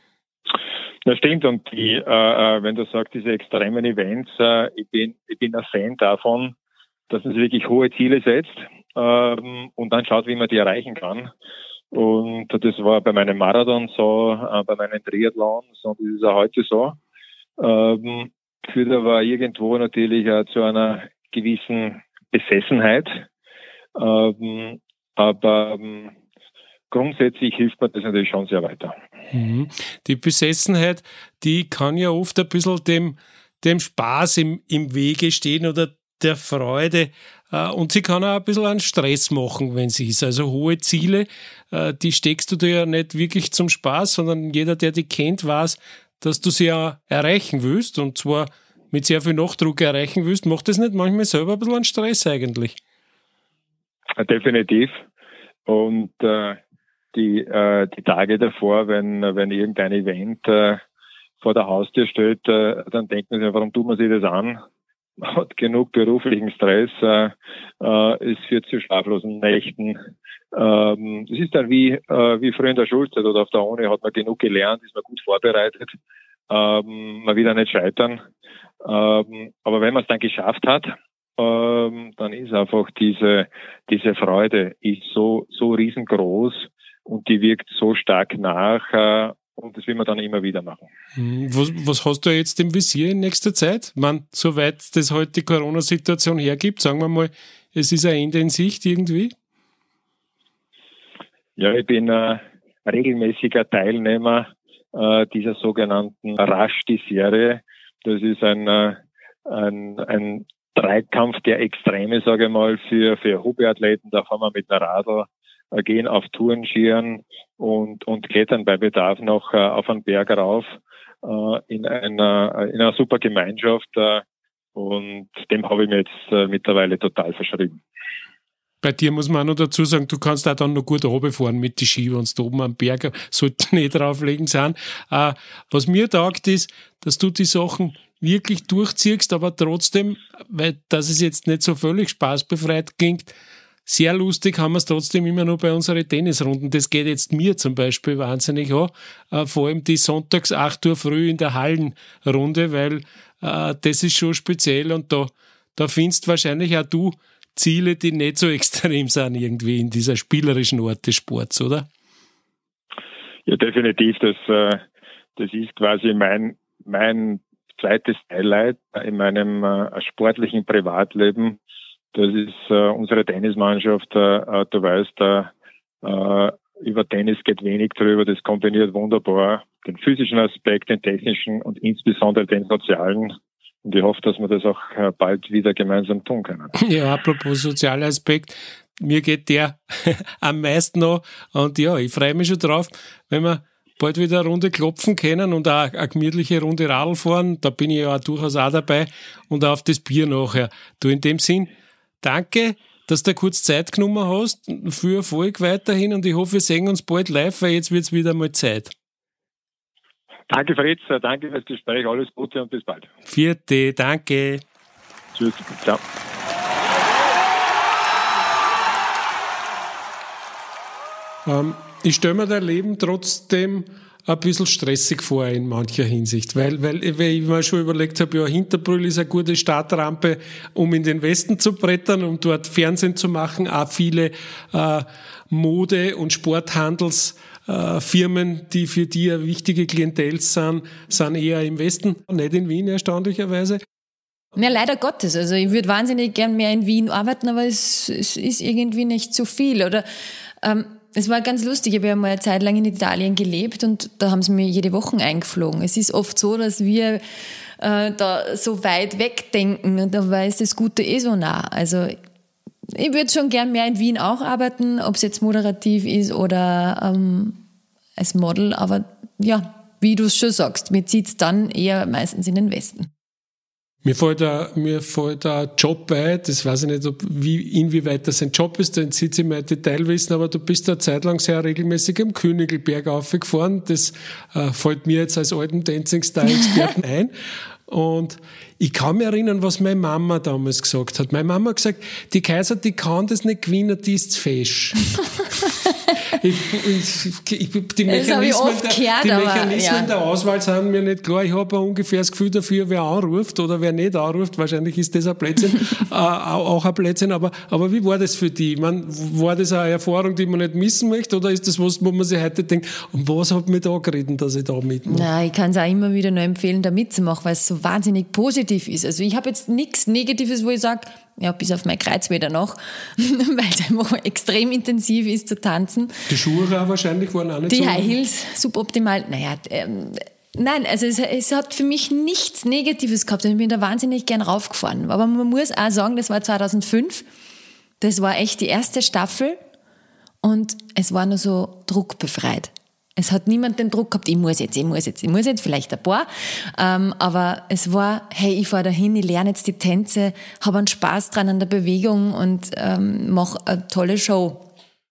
Das stimmt, und die, äh, wenn du sagst, diese extremen Events, äh, ich bin, ich bin ein Fan davon, dass man sich wirklich hohe Ziele setzt, ähm, und dann schaut, wie man die erreichen kann. Und das war bei meinem Marathon so, äh, bei meinen Triathlons, und das ist auch heute so. Ähm, führt aber irgendwo natürlich äh, zu einer gewissen Besessenheit. Ähm, aber ähm, grundsätzlich hilft mir das natürlich schon sehr weiter. Die Besessenheit, die kann ja oft ein bisschen dem, dem Spaß im, im Wege stehen oder der Freude. Und sie kann auch ein bisschen an Stress machen, wenn sie ist. Also hohe Ziele, die steckst du dir ja nicht wirklich zum Spaß, sondern jeder, der dich kennt, weiß, dass du sie ja erreichen willst und zwar mit sehr viel Nachdruck erreichen willst. Macht das nicht manchmal selber ein bisschen an Stress eigentlich? Definitiv. Und äh Die, äh, die Tage davor, wenn, wenn irgendein Event äh, vor der Haustür steht, äh, dann denkt man sich, warum tut man sich das an? Man hat genug beruflichen Stress, äh, äh, es führt zu schlaflosen Nächten. Ähm, das ist dann wie, äh, wie früher in der Schulzeit oder auf der Uni, hat man genug gelernt, ist man gut vorbereitet, ähm, man will da nicht scheitern. Ähm, aber wenn man es dann geschafft hat, ähm, dann ist einfach diese, diese Freude ist so, so riesengroß. Und die wirkt so stark nach, äh, und und das will man dann immer wieder machen. Was, was hast du jetzt im Visier in nächster Zeit? Ich meine, soweit das heute die Corona-Situation hergibt, sagen wir mal, es ist ein Ende in Sicht irgendwie? Ja, ich bin äh, regelmäßiger Teilnehmer äh, dieser sogenannten Rasch die Serie. Das ist ein, äh, ein, ein Dreikampf der Extreme, sage ich mal, für, für Hobbyathleten. Da fahren wir mit einer Radl, äh, gehen auf Tourenskiern und, und klettern bei Bedarf noch äh, auf einen Berg rauf äh, in, einer, in einer super Gemeinschaft. Äh, und dem habe ich mir jetzt äh, mittlerweile total verschrieben. Bei dir muss man auch noch dazu sagen, du kannst auch dann noch gut runterfahren mit den Ski, wenn du oben am Berg sollten nicht drauflegen sind. Äh, was mir taugt ist, dass du die Sachen wirklich durchziehst, aber trotzdem, weil dass es jetzt nicht so völlig spaßbefreit klingt, sehr lustig haben wir es trotzdem immer noch bei unseren Tennisrunden. Das geht jetzt mir zum Beispiel wahnsinnig an, äh, vor allem die sonntags acht Uhr früh in der Hallenrunde, weil äh, das ist schon speziell und da, da findest wahrscheinlich auch du Ziele, die nicht so extrem sind irgendwie in dieser spielerischen Art des Sports, oder? Ja, definitiv. Das, äh, das ist quasi mein, mein zweites Highlight in meinem äh, sportlichen Privatleben. Das ist äh, unsere Tennismannschaft. Äh, du weißt, äh, über Tennis geht wenig drüber. Das kombiniert wunderbar den physischen Aspekt, den technischen und insbesondere den sozialen. Und ich hoffe, dass wir das auch bald wieder gemeinsam tun können. Ja, apropos sozialer Aspekt, mir geht der am meisten an. Und ja, ich freue mich schon drauf, wenn wir bald wieder eine Runde klopfen können und auch eine gemütliche Runde Radl fahren. Da bin ich ja auch durchaus auch dabei. Und auch auf das Bier nachher. Du, in dem Sinn, danke, dass du kurz Zeit genommen hast. Für Erfolg weiterhin und ich hoffe, wir sehen uns bald live, weil jetzt wird es wieder mal Zeit. Danke, Fritz. Danke für das Gespräch. Alles Gute und bis bald. Vierte, danke. Tschüss. Ciao. Ähm, ich stelle mir dein Leben trotzdem ein bisschen stressig vor in mancher Hinsicht, weil, weil, weil ich mir schon überlegt habe, ja, Hinterbrühl ist eine gute Startrampe, um in den Westen zu brettern, um dort Fernsehen zu machen. Auch viele äh, Mode- und Sporthandels Firmen, die für die eine wichtige Klientel sind, sind eher im Westen, nicht in Wien erstaunlicherweise. Ja, leider Gottes. Also ich würde wahnsinnig gern mehr in Wien arbeiten, aber es, es ist irgendwie nicht so viel. Oder ähm, es war ganz lustig, ich habe ja mal eine Zeit lang in Italien gelebt und da haben sie mir jede Woche eingeflogen. Es ist oft so, dass wir äh, da so weit wegdenken und dabei ist das Gute eh so nah. Also ich würde schon gern mehr in Wien auch arbeiten, ob es jetzt moderativ ist oder ähm, als Model, aber ja, wie du es schon sagst, mir zieht es dann eher meistens in den Westen. Mir fällt ein, mir fällt ein Job bei, das weiß ich nicht, ob, wie, inwieweit das ein Job ist, da entzieht sich mein Detailwissen, aber du bist eine Zeit lang sehr regelmäßig am Königelberg aufgefahren, das äh, fällt mir jetzt als alten Dancing-Star-Experten ein. Und ich kann mich erinnern, was meine Mama damals gesagt hat. Meine Mama hat gesagt, die Kaiser, die kann das nicht gewinnen, die ist fesch. ich, ich, ich, die Mechanismen, der, gehört, die Mechanismen aber, ja. der Auswahl sind mir nicht klar. Ich habe ungefähr das Gefühl dafür, wer anruft oder wer nicht anruft. Wahrscheinlich ist das ein Blödsinn, äh, auch ein Blödsinn. Aber, aber wie war das für dich? Ich meine, war das eine Erfahrung, die man nicht missen möchte? Oder ist das was, wo man sich heute denkt, und was hat mich da geredet, dass ich da mitmache? Nein, ich kann es auch immer wieder nur empfehlen, da mitzumachen, weil es so wahnsinnig positiv ist. Also ich habe jetzt nichts Negatives, wo ich sage, ja, bis auf mein Kreuzmeter noch, weil es einfach extrem intensiv ist zu tanzen. Die Schuhe auch wahrscheinlich waren auch nicht Die so... Die High Heels, suboptimal. Naja, ähm, nein, also es, es hat für mich nichts Negatives gehabt. Ich bin da wahnsinnig gern raufgefahren. Aber man muss auch sagen, das war zweitausendfünf. Das war echt die erste Staffel und es war nur so druckbefreit. Es hat niemand den Druck gehabt, ich muss jetzt, ich muss jetzt, ich muss jetzt, vielleicht ein paar. Ähm, aber es war, hey, ich fahre dahin, ich lerne jetzt die Tänze, habe einen Spaß dran an der Bewegung und ähm, mache eine tolle Show.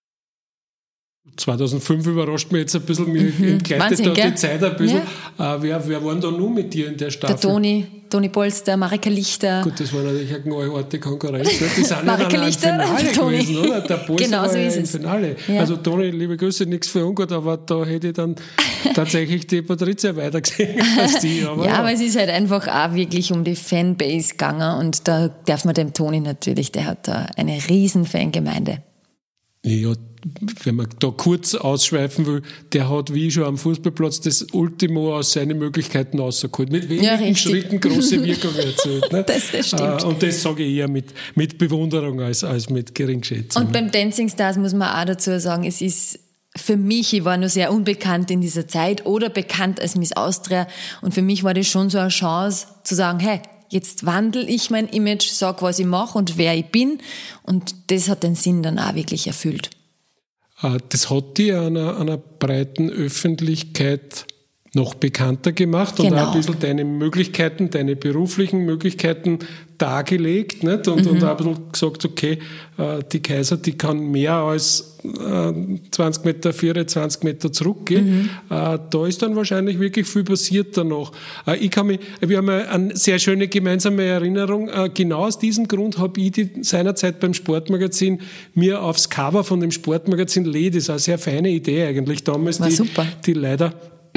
zweitausendfünf überrascht mich jetzt ein bisschen, mir mhm. entgleitet Wahnsinn, da die Zeit ein bisschen. Ja. Äh, wer, wer waren da nur mit dir in der Staffel? Der Toni, Toni Polster, Marika Lichter. Gut, das war natürlich eine knallharte Konkurrenz. Die sind Marika ja Lichter, dann im Finale Toni. gewesen, oder? Der Polster genau war so ja ist im es. Finale. Ja. Also Toni, liebe Grüße, nichts für ungut, aber da hätte ich dann tatsächlich die Patricia weiter gesehen als die. Aber ja, ja, aber es ist halt einfach auch wirklich um die Fanbase gegangen und da darf man dem Toni natürlich, der hat da eine riesen Fangemeinde. Ja, wenn man da kurz ausschweifen will, der hat wie schon am Fußballplatz das Ultimo aus seinen Möglichkeiten rausgeholt. Mit wenigen Ja, Schritten große Wirkung erzielt. Ne? Das, das stimmt. Und das sage ich eher mit, mit Bewunderung als, als mit Geringschätzung. Und beim Dancing Stars muss man auch dazu sagen, es ist für mich, ich war noch sehr unbekannt in dieser Zeit oder bekannt als Miss Austria, und für mich war das schon so eine Chance zu sagen, hey, jetzt wandle ich mein Image, sag, was ich mache und wer ich bin, und das hat den Sinn dann auch wirklich erfüllt. Das hat dich einer, einer breiten Öffentlichkeit noch bekannter gemacht und Genau. auch ein bisschen deine Möglichkeiten, deine beruflichen Möglichkeiten dargelegt, nicht? Und, mhm. und auch ein bisschen gesagt, okay, die Kaiser, die kann mehr als zwanzig Meter, vierundzwanzig Meter zurückgehen. Mhm. Da ist dann wahrscheinlich wirklich viel passiert danach. Ich kann mich, wir haben eine sehr schöne gemeinsame Erinnerung. Genau aus diesem Grund habe ich die seinerzeit beim Sportmagazin mir aufs Cover von dem Sportmagazin Led, das ist eine sehr feine Idee eigentlich damals, War die, super. die leider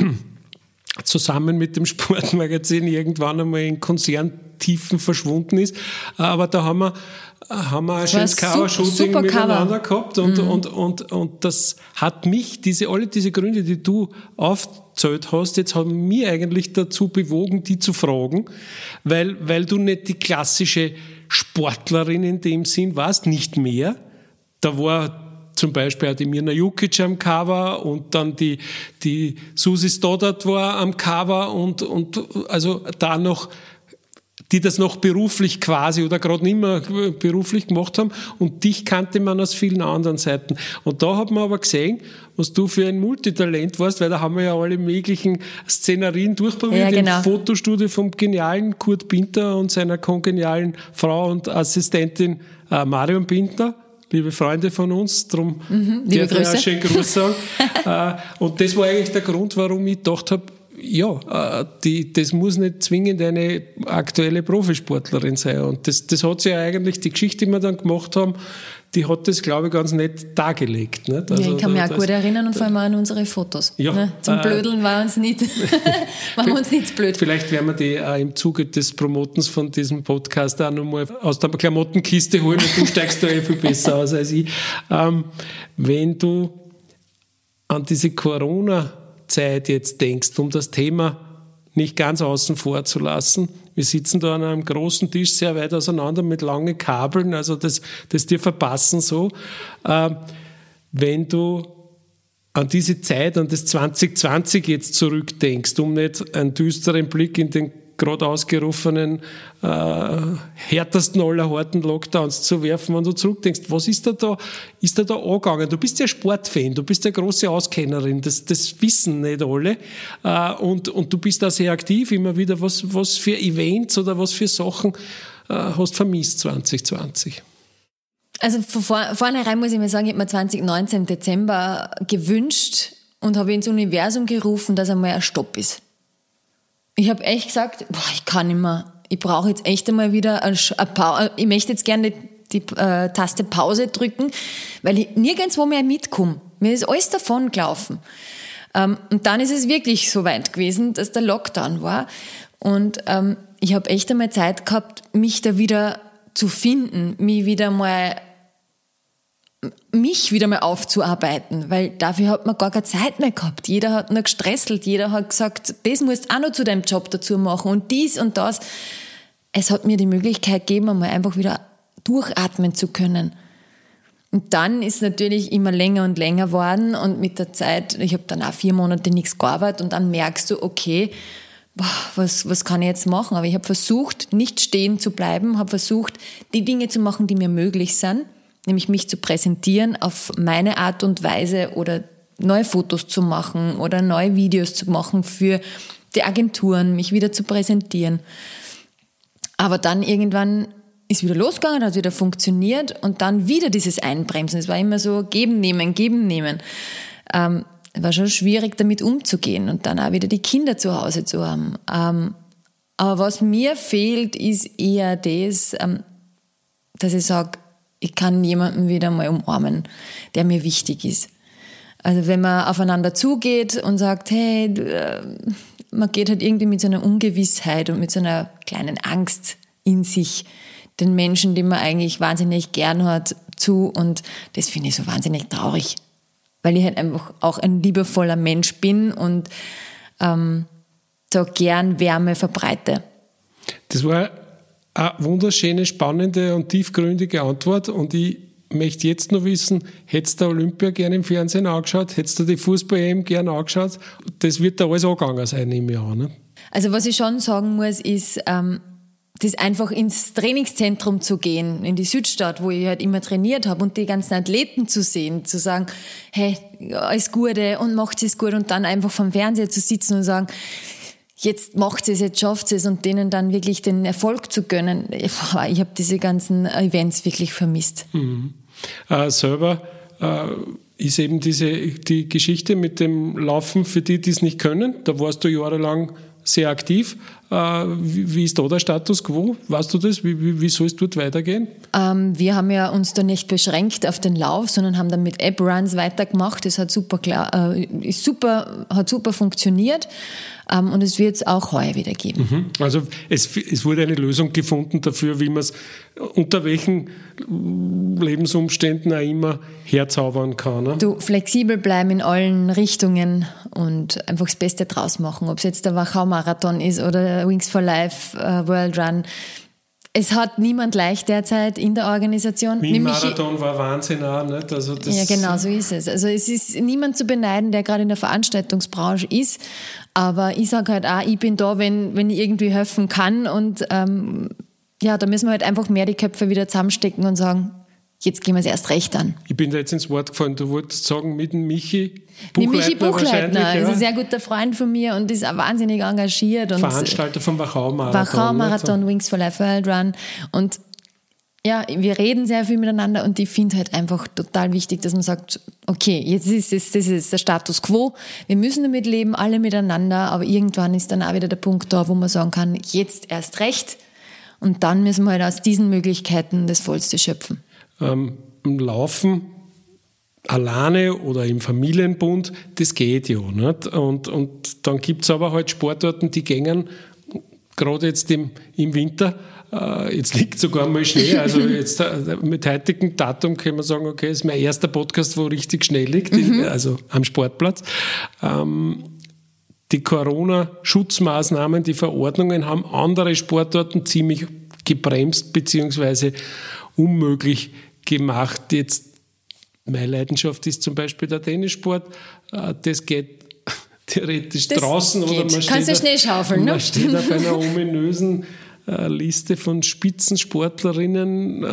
zusammen mit dem Sportmagazin irgendwann einmal in Konzerntiefen verschwunden ist. Aber da haben wir, haben wir ein schönes Cover-Shooting miteinander gehabt und, mhm. und, und, und das hat mich, diese, alle diese Gründe, die du aufgezählt hast, jetzt haben mich eigentlich dazu bewogen, die zu fragen, weil, weil du nicht die klassische Sportlerin in dem Sinn warst, nicht mehr. Da war zum Beispiel auch die Mirna Jukic am Cover und dann die, die Susi Stoddard war am Cover und, und also da noch, die das noch beruflich quasi oder gerade nicht mehr beruflich gemacht haben, und dich kannte man aus vielen anderen Seiten. Und da hat man aber gesehen, was du für ein Multitalent warst, weil da haben wir ja alle möglichen Szenarien durchprobiert, ja, genau. Im Fotostudio vom genialen Kurt Bintner und seiner kongenialen Frau und Assistentin äh, Marion Bintner. Liebe Freunde von uns, darum mhm, liebe Grüße. Einen schönen Gruß sagen. Und das war eigentlich der Grund, warum ich gedacht habe, ja, die, das muss nicht zwingend eine aktuelle Profisportlerin sein. Und das, das hat sich ja eigentlich, die Geschichte, die wir dann gemacht haben, die hat das, glaube ich, ganz nett dargelegt. Nicht? Also, ja, ich kann mich auch das, gut erinnern und vor allem auch an unsere Fotos. Ja, ne? Zum äh, Blödeln war uns nicht, war uns nicht zu blöd. Vielleicht werden wir die auch im Zuge des Promotens von diesem Podcast auch nochmal aus der Klamottenkiste holen und du steigst da eh viel besser aus als ich. Ähm, wenn du an diese Corona-Zeit jetzt denkst, um das Thema nicht ganz außen vor zu lassen. Wir sitzen da an einem großen Tisch sehr weit auseinander mit langen Kabeln, also das, das dir verpassen so. Ähm, wenn du an diese Zeit, an das zwanzig zwanzig jetzt zurückdenkst, um nicht einen düsteren Blick in den gerade ausgerufenen, äh, härtesten aller harten Lockdowns zu werfen, wenn du zurückdenkst, was ist da da, ist da da angegangen? Du bist ja Sportfan, du bist ja große Auskennerin, das, das wissen nicht alle, äh, und, und du bist da sehr aktiv immer wieder. Was, was für Events oder was für Sachen äh, hast du vermisst zwanzig zwanzig? Also von vor, vornherein muss ich mal sagen, ich habe mir zwanzig neunzehn im Dezember gewünscht und habe ins Universum gerufen, dass einmal ein Stopp ist. Ich habe echt gesagt, boah, ich kann nicht mehr. Ich brauche jetzt echt einmal wieder eine Pause. Ich möchte jetzt gerne die, die äh, Taste Pause drücken, weil ich nirgendwo mehr mitkomme. Mir ist alles davon gelaufen. Ähm, und dann ist es wirklich so weit gewesen, dass der Lockdown war. Und ähm, ich habe echt einmal Zeit gehabt, mich da wieder zu finden, mich wieder mal mich wieder mal aufzuarbeiten, weil dafür hat man gar keine Zeit mehr gehabt. Jeder hat nur gestresselt, jeder hat gesagt, das musst du auch noch zu deinem Job dazu machen und dies und das. Es hat mir die Möglichkeit gegeben, einmal einfach wieder durchatmen zu können. Und dann ist es natürlich immer länger und länger geworden und mit der Zeit, ich habe dann auch vier Monate nichts gearbeitet und dann merkst du, okay, boah, was, was kann ich jetzt machen? Aber ich habe versucht, nicht stehen zu bleiben, habe versucht, die Dinge zu machen, die mir möglich sind, nämlich mich zu präsentieren auf meine Art und Weise oder neue Fotos zu machen oder neue Videos zu machen für die Agenturen, mich wieder zu präsentieren. Aber dann irgendwann ist wieder losgegangen, hat wieder funktioniert und dann wieder dieses Einbremsen. Es war immer so geben, nehmen, geben, nehmen. Ähm, war schon schwierig, damit umzugehen und dann auch wieder die Kinder zu Hause zu haben. Ähm, aber was mir fehlt, ist eher das, ähm, dass ich sage, ich kann jemanden wieder mal umarmen, der mir wichtig ist. Also wenn man aufeinander zugeht und sagt, hey, man geht halt irgendwie mit so einer Ungewissheit und mit so einer kleinen Angst in sich, den Menschen, den man eigentlich wahnsinnig gern hat, zu und das finde ich so wahnsinnig traurig, weil ich halt einfach auch ein liebevoller Mensch bin und ähm, da gern Wärme verbreite. Das war eine wunderschöne, spannende und tiefgründige Antwort und ich möchte jetzt noch wissen, hättest du Olympia gerne im Fernsehen angeschaut? Hättest du die Fußball-E M gerne angeschaut? Das wird da alles angegangen sein, nehme ich an. Ne? Also was ich schon sagen muss, ist, ähm, das einfach ins Trainingszentrum zu gehen, in die Südstadt, wo ich halt immer trainiert habe und die ganzen Athleten zu sehen, zu sagen, hey, alles Gute und macht es gut und dann einfach vom Fernseher zu sitzen und sagen, jetzt macht es, jetzt schafft es und denen dann wirklich den Erfolg zu gönnen. Ich habe diese ganzen Events wirklich vermisst. Mhm. Äh, selber äh, ist eben diese die Geschichte mit dem Laufen für die, die es nicht können. Da warst du jahrelang sehr aktiv. Äh, wie, wie ist da der Status quo? Weißt du das? Wie, wie, wie soll es dort weitergehen? Ähm, wir haben ja uns da nicht beschränkt auf den Lauf, sondern haben dann mit App-Runs weitergemacht. Das hat super, klar, äh, ist super, hat super funktioniert. Ähm, und es wird es auch heuer wieder geben. Mhm. Also es, es wurde eine Lösung gefunden dafür, wie man es unter welchen Lebensumständen auch immer herzaubern kann. Ne? Du, flexibel bleiben in allen Richtungen und einfach das Beste draus machen. Ob es jetzt der Wachau-Marathon ist oder der Wings for Life uh, World Run. Es hat niemand leicht derzeit in der Organisation. Wien-Marathon war Wahnsinn auch, nicht? Also das ja, genau, so ist es. Also es ist niemand zu beneiden, der gerade in der Veranstaltungsbranche ist. Aber ich sage halt auch, ich bin da, wenn, wenn ich irgendwie helfen kann. Und ähm, ja, da müssen wir halt einfach mehr die Köpfe wieder zusammenstecken und sagen, jetzt gehen wir es erst recht an. Ich bin da jetzt ins Wort gefallen. Du wolltest sagen, mit dem Michi Buchleitner. Mit Michi Buchleitner, ja. ist ein sehr guter Freund von mir und ist auch wahnsinnig engagiert. Und Veranstalter vom Wachau-Marathon. Wachau-Marathon, so. Wings for Life World Run. Und ja, wir reden sehr viel miteinander und ich finde halt einfach total wichtig, dass man sagt, okay, jetzt ist es, das ist der Status quo, wir müssen damit leben, alle miteinander, aber irgendwann ist dann auch wieder der Punkt da, wo man sagen kann, jetzt erst recht und dann müssen wir halt aus diesen Möglichkeiten das Vollste schöpfen. Ähm, Laufen alleine oder im Familienbund, das geht ja, nicht? Und, und dann gibt es aber halt Sportarten, die gängen, gerade jetzt im, im Winter, äh, jetzt liegt sogar mal Schnee, also jetzt äh, mit heutigem Datum können wir sagen, okay, das ist mein erster Podcast, wo richtig Schnee liegt, mhm. in, also am Sportplatz. Ähm, die Corona-Schutzmaßnahmen, die Verordnungen haben andere Sportarten ziemlich gebremst bzw. unmöglich gemacht. Jetzt meine Leidenschaft ist zum Beispiel der Tennissport. Das geht theoretisch das draußen geht. Oder man Kannst steht, du Schnee schaufeln, ne? Man steht auf einer ominösen Liste von Spitzensportlerinnen.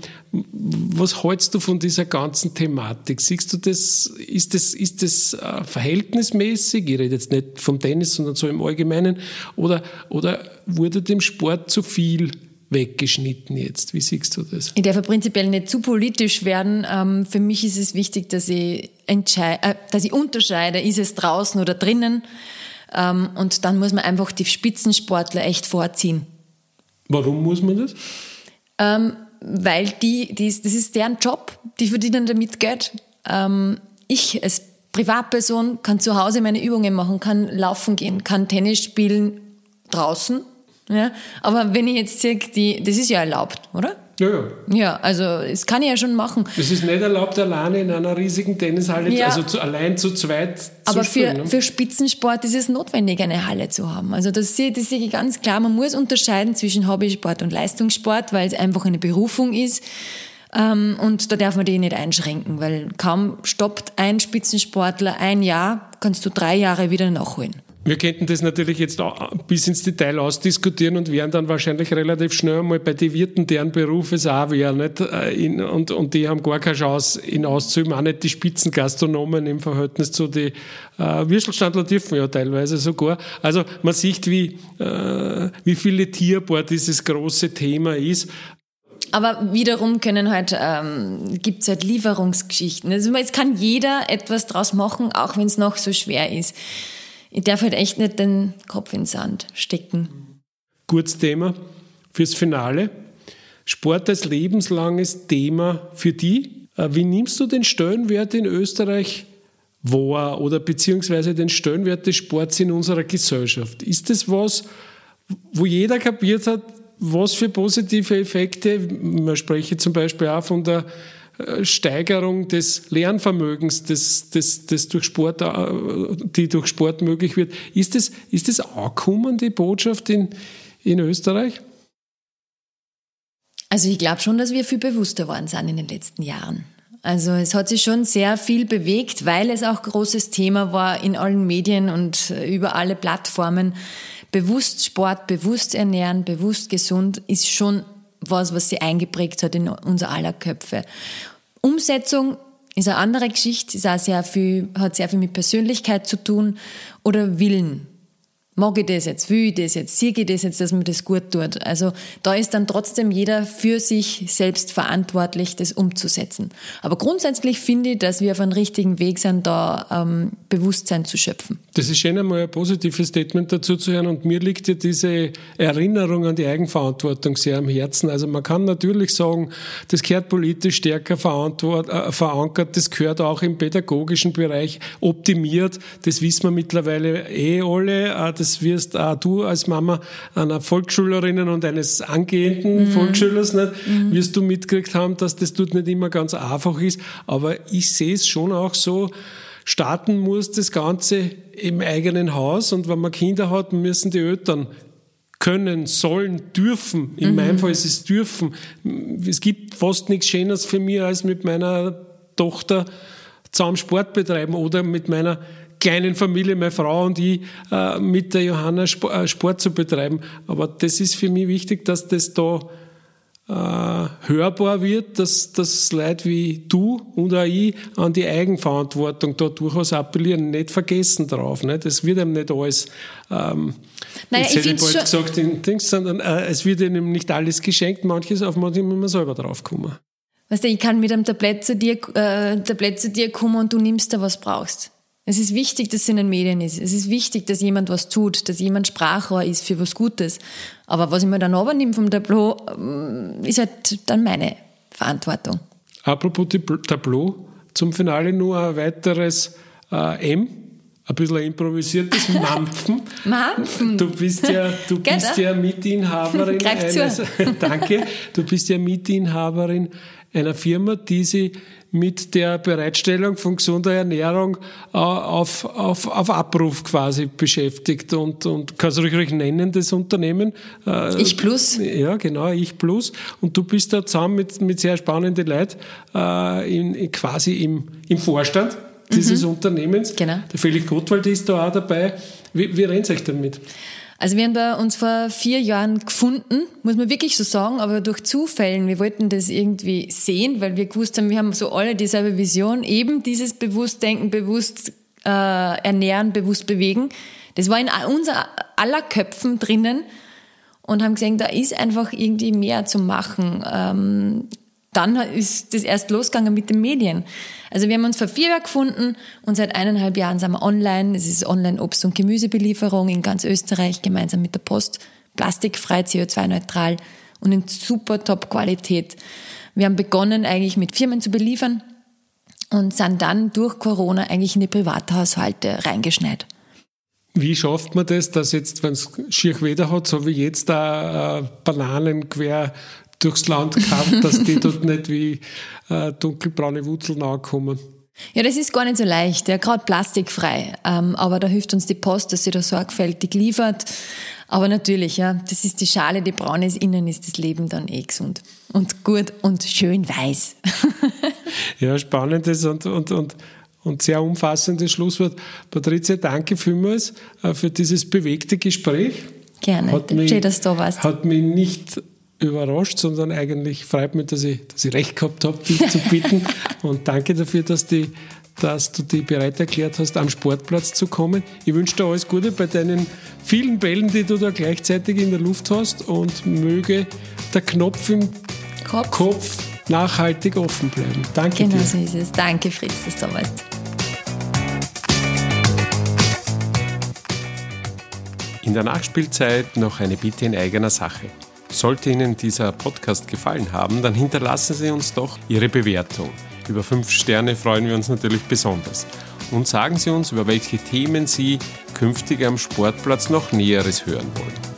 Was hältst du von dieser ganzen Thematik? Siehst du das, ist das, ist das verhältnismäßig? Ich rede jetzt nicht vom Tennis, sondern so im Allgemeinen. Oder, oder wurde dem Sport zu viel weggeschnitten jetzt? Wie siehst du das? Ich darf ja prinzipiell nicht zu politisch werden. Ähm, für mich ist es wichtig, dass ich, entscheide, äh, dass ich unterscheide, ist es draußen oder drinnen. Ähm, und dann muss man einfach die Spitzensportler echt vorziehen. Warum muss man das? Ähm, weil die, die, das ist deren Job, die verdienen damit Geld. Ähm, ich als Privatperson kann zu Hause meine Übungen machen, kann laufen gehen, kann Tennis spielen draußen. Ja, aber wenn ich jetzt sehe, die, das ist ja erlaubt, oder? Ja, ja. Ja, also das kann ich ja schon machen. Es ist nicht erlaubt, alleine in einer riesigen Tennishalle, ja. also zu, allein zu zweit zu aber spielen. Aber für, ne? für Spitzensport ist es notwendig, eine Halle zu haben. Also das sehe, das sehe ich ganz klar. Man muss unterscheiden zwischen Hobbysport und Leistungssport, weil es einfach eine Berufung ist. Und da darf man die nicht einschränken, weil kaum stoppt ein Spitzensportler ein Jahr, kannst du drei Jahre wieder nachholen. Wir könnten das natürlich jetzt auch bis ins Detail ausdiskutieren und wären dann wahrscheinlich relativ schnell mal bei den Wirten, deren Beruf es auch wäre. Nicht? Und, und die haben gar keine Chance, ihn auszuüben. Auch nicht die Spitzengastronomen im Verhältnis zu den äh, Würstelstandler dürfen ja teilweise sogar. Also man sieht, wie, äh, wie filetierbar dieses große Thema ist. Aber wiederum können halt, ähm, gibt's halt Lieferungsgeschichten. Also jetzt kann jeder etwas draus machen, auch wenn es noch so schwer ist. Ich darf halt echt nicht den Kopf in den Sand stecken. Gutes Thema fürs Finale. Sport als lebenslanges Thema für dich. Wie nimmst du den Stellenwert in Österreich wahr oder beziehungsweise den Stellenwert des Sports in unserer Gesellschaft? Ist das was, wo jeder kapiert hat, was für positive Effekte, man spreche zum Beispiel auch von der Steigerung des Lernvermögens, des, des, des durch Sport, die durch Sport möglich wird. Ist das, ist das angekommen, die Botschaft in, in Österreich? Also ich glaube schon, dass wir viel bewusster geworden sind in den letzten Jahren. Also es hat sich schon sehr viel bewegt, weil es auch großes Thema war in allen Medien und über alle Plattformen. Bewusst Sport, bewusst ernähren, bewusst gesund ist schon was, was sich eingeprägt hat in unser aller Köpfe. Umsetzung ist eine andere Geschichte, ist auch sehr viel, hat sehr viel mit Persönlichkeit zu tun oder Willen. Mag ich das jetzt, will ich das jetzt, sehe ich das jetzt, dass mir das gut tut. Also da ist dann trotzdem jeder für sich selbst verantwortlich, das umzusetzen. Aber grundsätzlich finde ich, dass wir auf einem richtigen Weg sind, da ähm, Bewusstsein zu schöpfen. Das ist schon einmal ein positives Statement dazu zu hören und mir liegt ja diese Erinnerung an die Eigenverantwortung sehr am Herzen. Also man kann natürlich sagen, das gehört politisch stärker äh, verankert, das gehört auch im pädagogischen Bereich optimiert, das wissen wir mittlerweile eh alle, äh, das Das wirst auch du als Mama einer Volksschülerin und eines angehenden mhm. Volksschülers nicht, mhm. wirst du mitgekriegt haben, dass das dort nicht immer ganz einfach ist. Aber ich sehe es schon auch so, starten muss das Ganze im eigenen Haus und wenn man Kinder hat, müssen die Eltern können, sollen, dürfen. In mhm. meinem Fall ist es dürfen. Es gibt fast nichts Schöneres für mich, als mit meiner Tochter zusammen Sport betreiben oder mit meiner kleinen Familie, meine Frau und ich, äh, mit der Johanna Sport, äh, Sport zu betreiben. Aber das ist für mich wichtig, dass das da äh, hörbar wird, dass, dass Leute wie du und auch ich an die Eigenverantwortung da durchaus appellieren, nicht vergessen drauf. Ne? Das wird einem nicht alles, ähm, naja, jetzt hätte ich bald gesagt, in Dings, sondern äh, es wird einem nicht alles geschenkt, manches auf manches muss man selber draufkommen. Weißt du, ich kann mit einem Tablett zu dir, äh, Tablett zu dir kommen und du nimmst da, was brauchst. Es ist wichtig, dass es in den Medien ist. Es ist wichtig, dass jemand was tut, dass jemand Sprachrohr ist für was Gutes. Aber was ich mir dann übernehme vom Tableau, ist halt dann meine Verantwortung. Apropos Tableau, zum Finale nur ein weiteres äh, M, ein bisschen ein improvisiertes Mampfen. Mampfen. Du bist ja, du bist ja Mitinhaberin eines, danke, du bist ja Mitinhaberin einer Firma, die sich mit der Bereitstellung von gesunder Ernährung äh, auf, auf, auf Abruf quasi beschäftigt und, und kannst du ruhig nennen, das Unternehmen? Äh, Ich Plus. Ja, genau, Ich Plus. Und du bist da zusammen mit, mit sehr spannenden Leuten äh, in, in, quasi im, im Vorstand dieses mhm. Unternehmens. Genau. Der Felix Gottwald ist da auch dabei. Wie, wie rennt es euch damit? Also wir haben da uns vor vier Jahren gefunden, muss man wirklich so sagen, aber durch Zufällen. Wir wollten das irgendwie sehen, weil wir gewusst haben, wir haben so alle dieselbe Vision, eben dieses Bewusstdenken, bewusst äh, ernähren, bewusst bewegen. Das war in unser aller Köpfen drinnen und haben gesehen, da ist einfach irgendwie mehr zu machen. Ähm, dann ist das erst losgegangen mit den Medien. Also wir haben uns vor vier Jahren gefunden und seit eineinhalb Jahren sind wir online. Es ist Online-Obst- und Gemüsebelieferung in ganz Österreich, gemeinsam mit der Post. Plastikfrei, C O zwei neutral und in super Top-Qualität. Wir haben begonnen eigentlich mit Firmen zu beliefern und sind dann durch Corona eigentlich in die Privathaushalte reingeschneit. Wie schafft man das, dass jetzt, wenn es schier Wetter hat, so wie jetzt da äh, Bananen quer durchs Land kam, dass die dort nicht wie äh, dunkelbraune Wurzeln ankommen? Ja, das ist gar nicht so leicht, ja, gerade plastikfrei. Ähm, aber da hilft uns die Post, dass sie da sorgfältig liefert. Aber natürlich, ja, das ist die Schale, die braun ist, innen ist das Leben dann eh gesund und gut und schön weiß. Ja, spannendes und, und, und, und sehr umfassendes Schlusswort. Patricia, danke vielmals äh, für dieses bewegte Gespräch. Gerne, hat mich, schön, dass du da warst. Hat mich nicht überrascht, sondern eigentlich freut mich, dass ich, dass ich recht gehabt habe, dich zu bitten. Und danke dafür, dass, die, dass du dich bereit erklärt hast, am Sportplatz zu kommen. Ich wünsche dir alles Gute bei deinen vielen Bällen, die du da gleichzeitig in der Luft hast und möge der Knopf im Kopf, Kopf nachhaltig offen bleiben. Danke genau dir. Genau so ist es. Danke, Fritz, dass du da warst. In der Nachspielzeit noch eine Bitte in eigener Sache. Sollte Ihnen dieser Podcast gefallen haben, dann hinterlassen Sie uns doch Ihre Bewertung. Über fünf Sterne freuen wir uns natürlich besonders. Und sagen Sie uns, über welche Themen Sie künftig am Sportplatz noch Näheres hören wollen.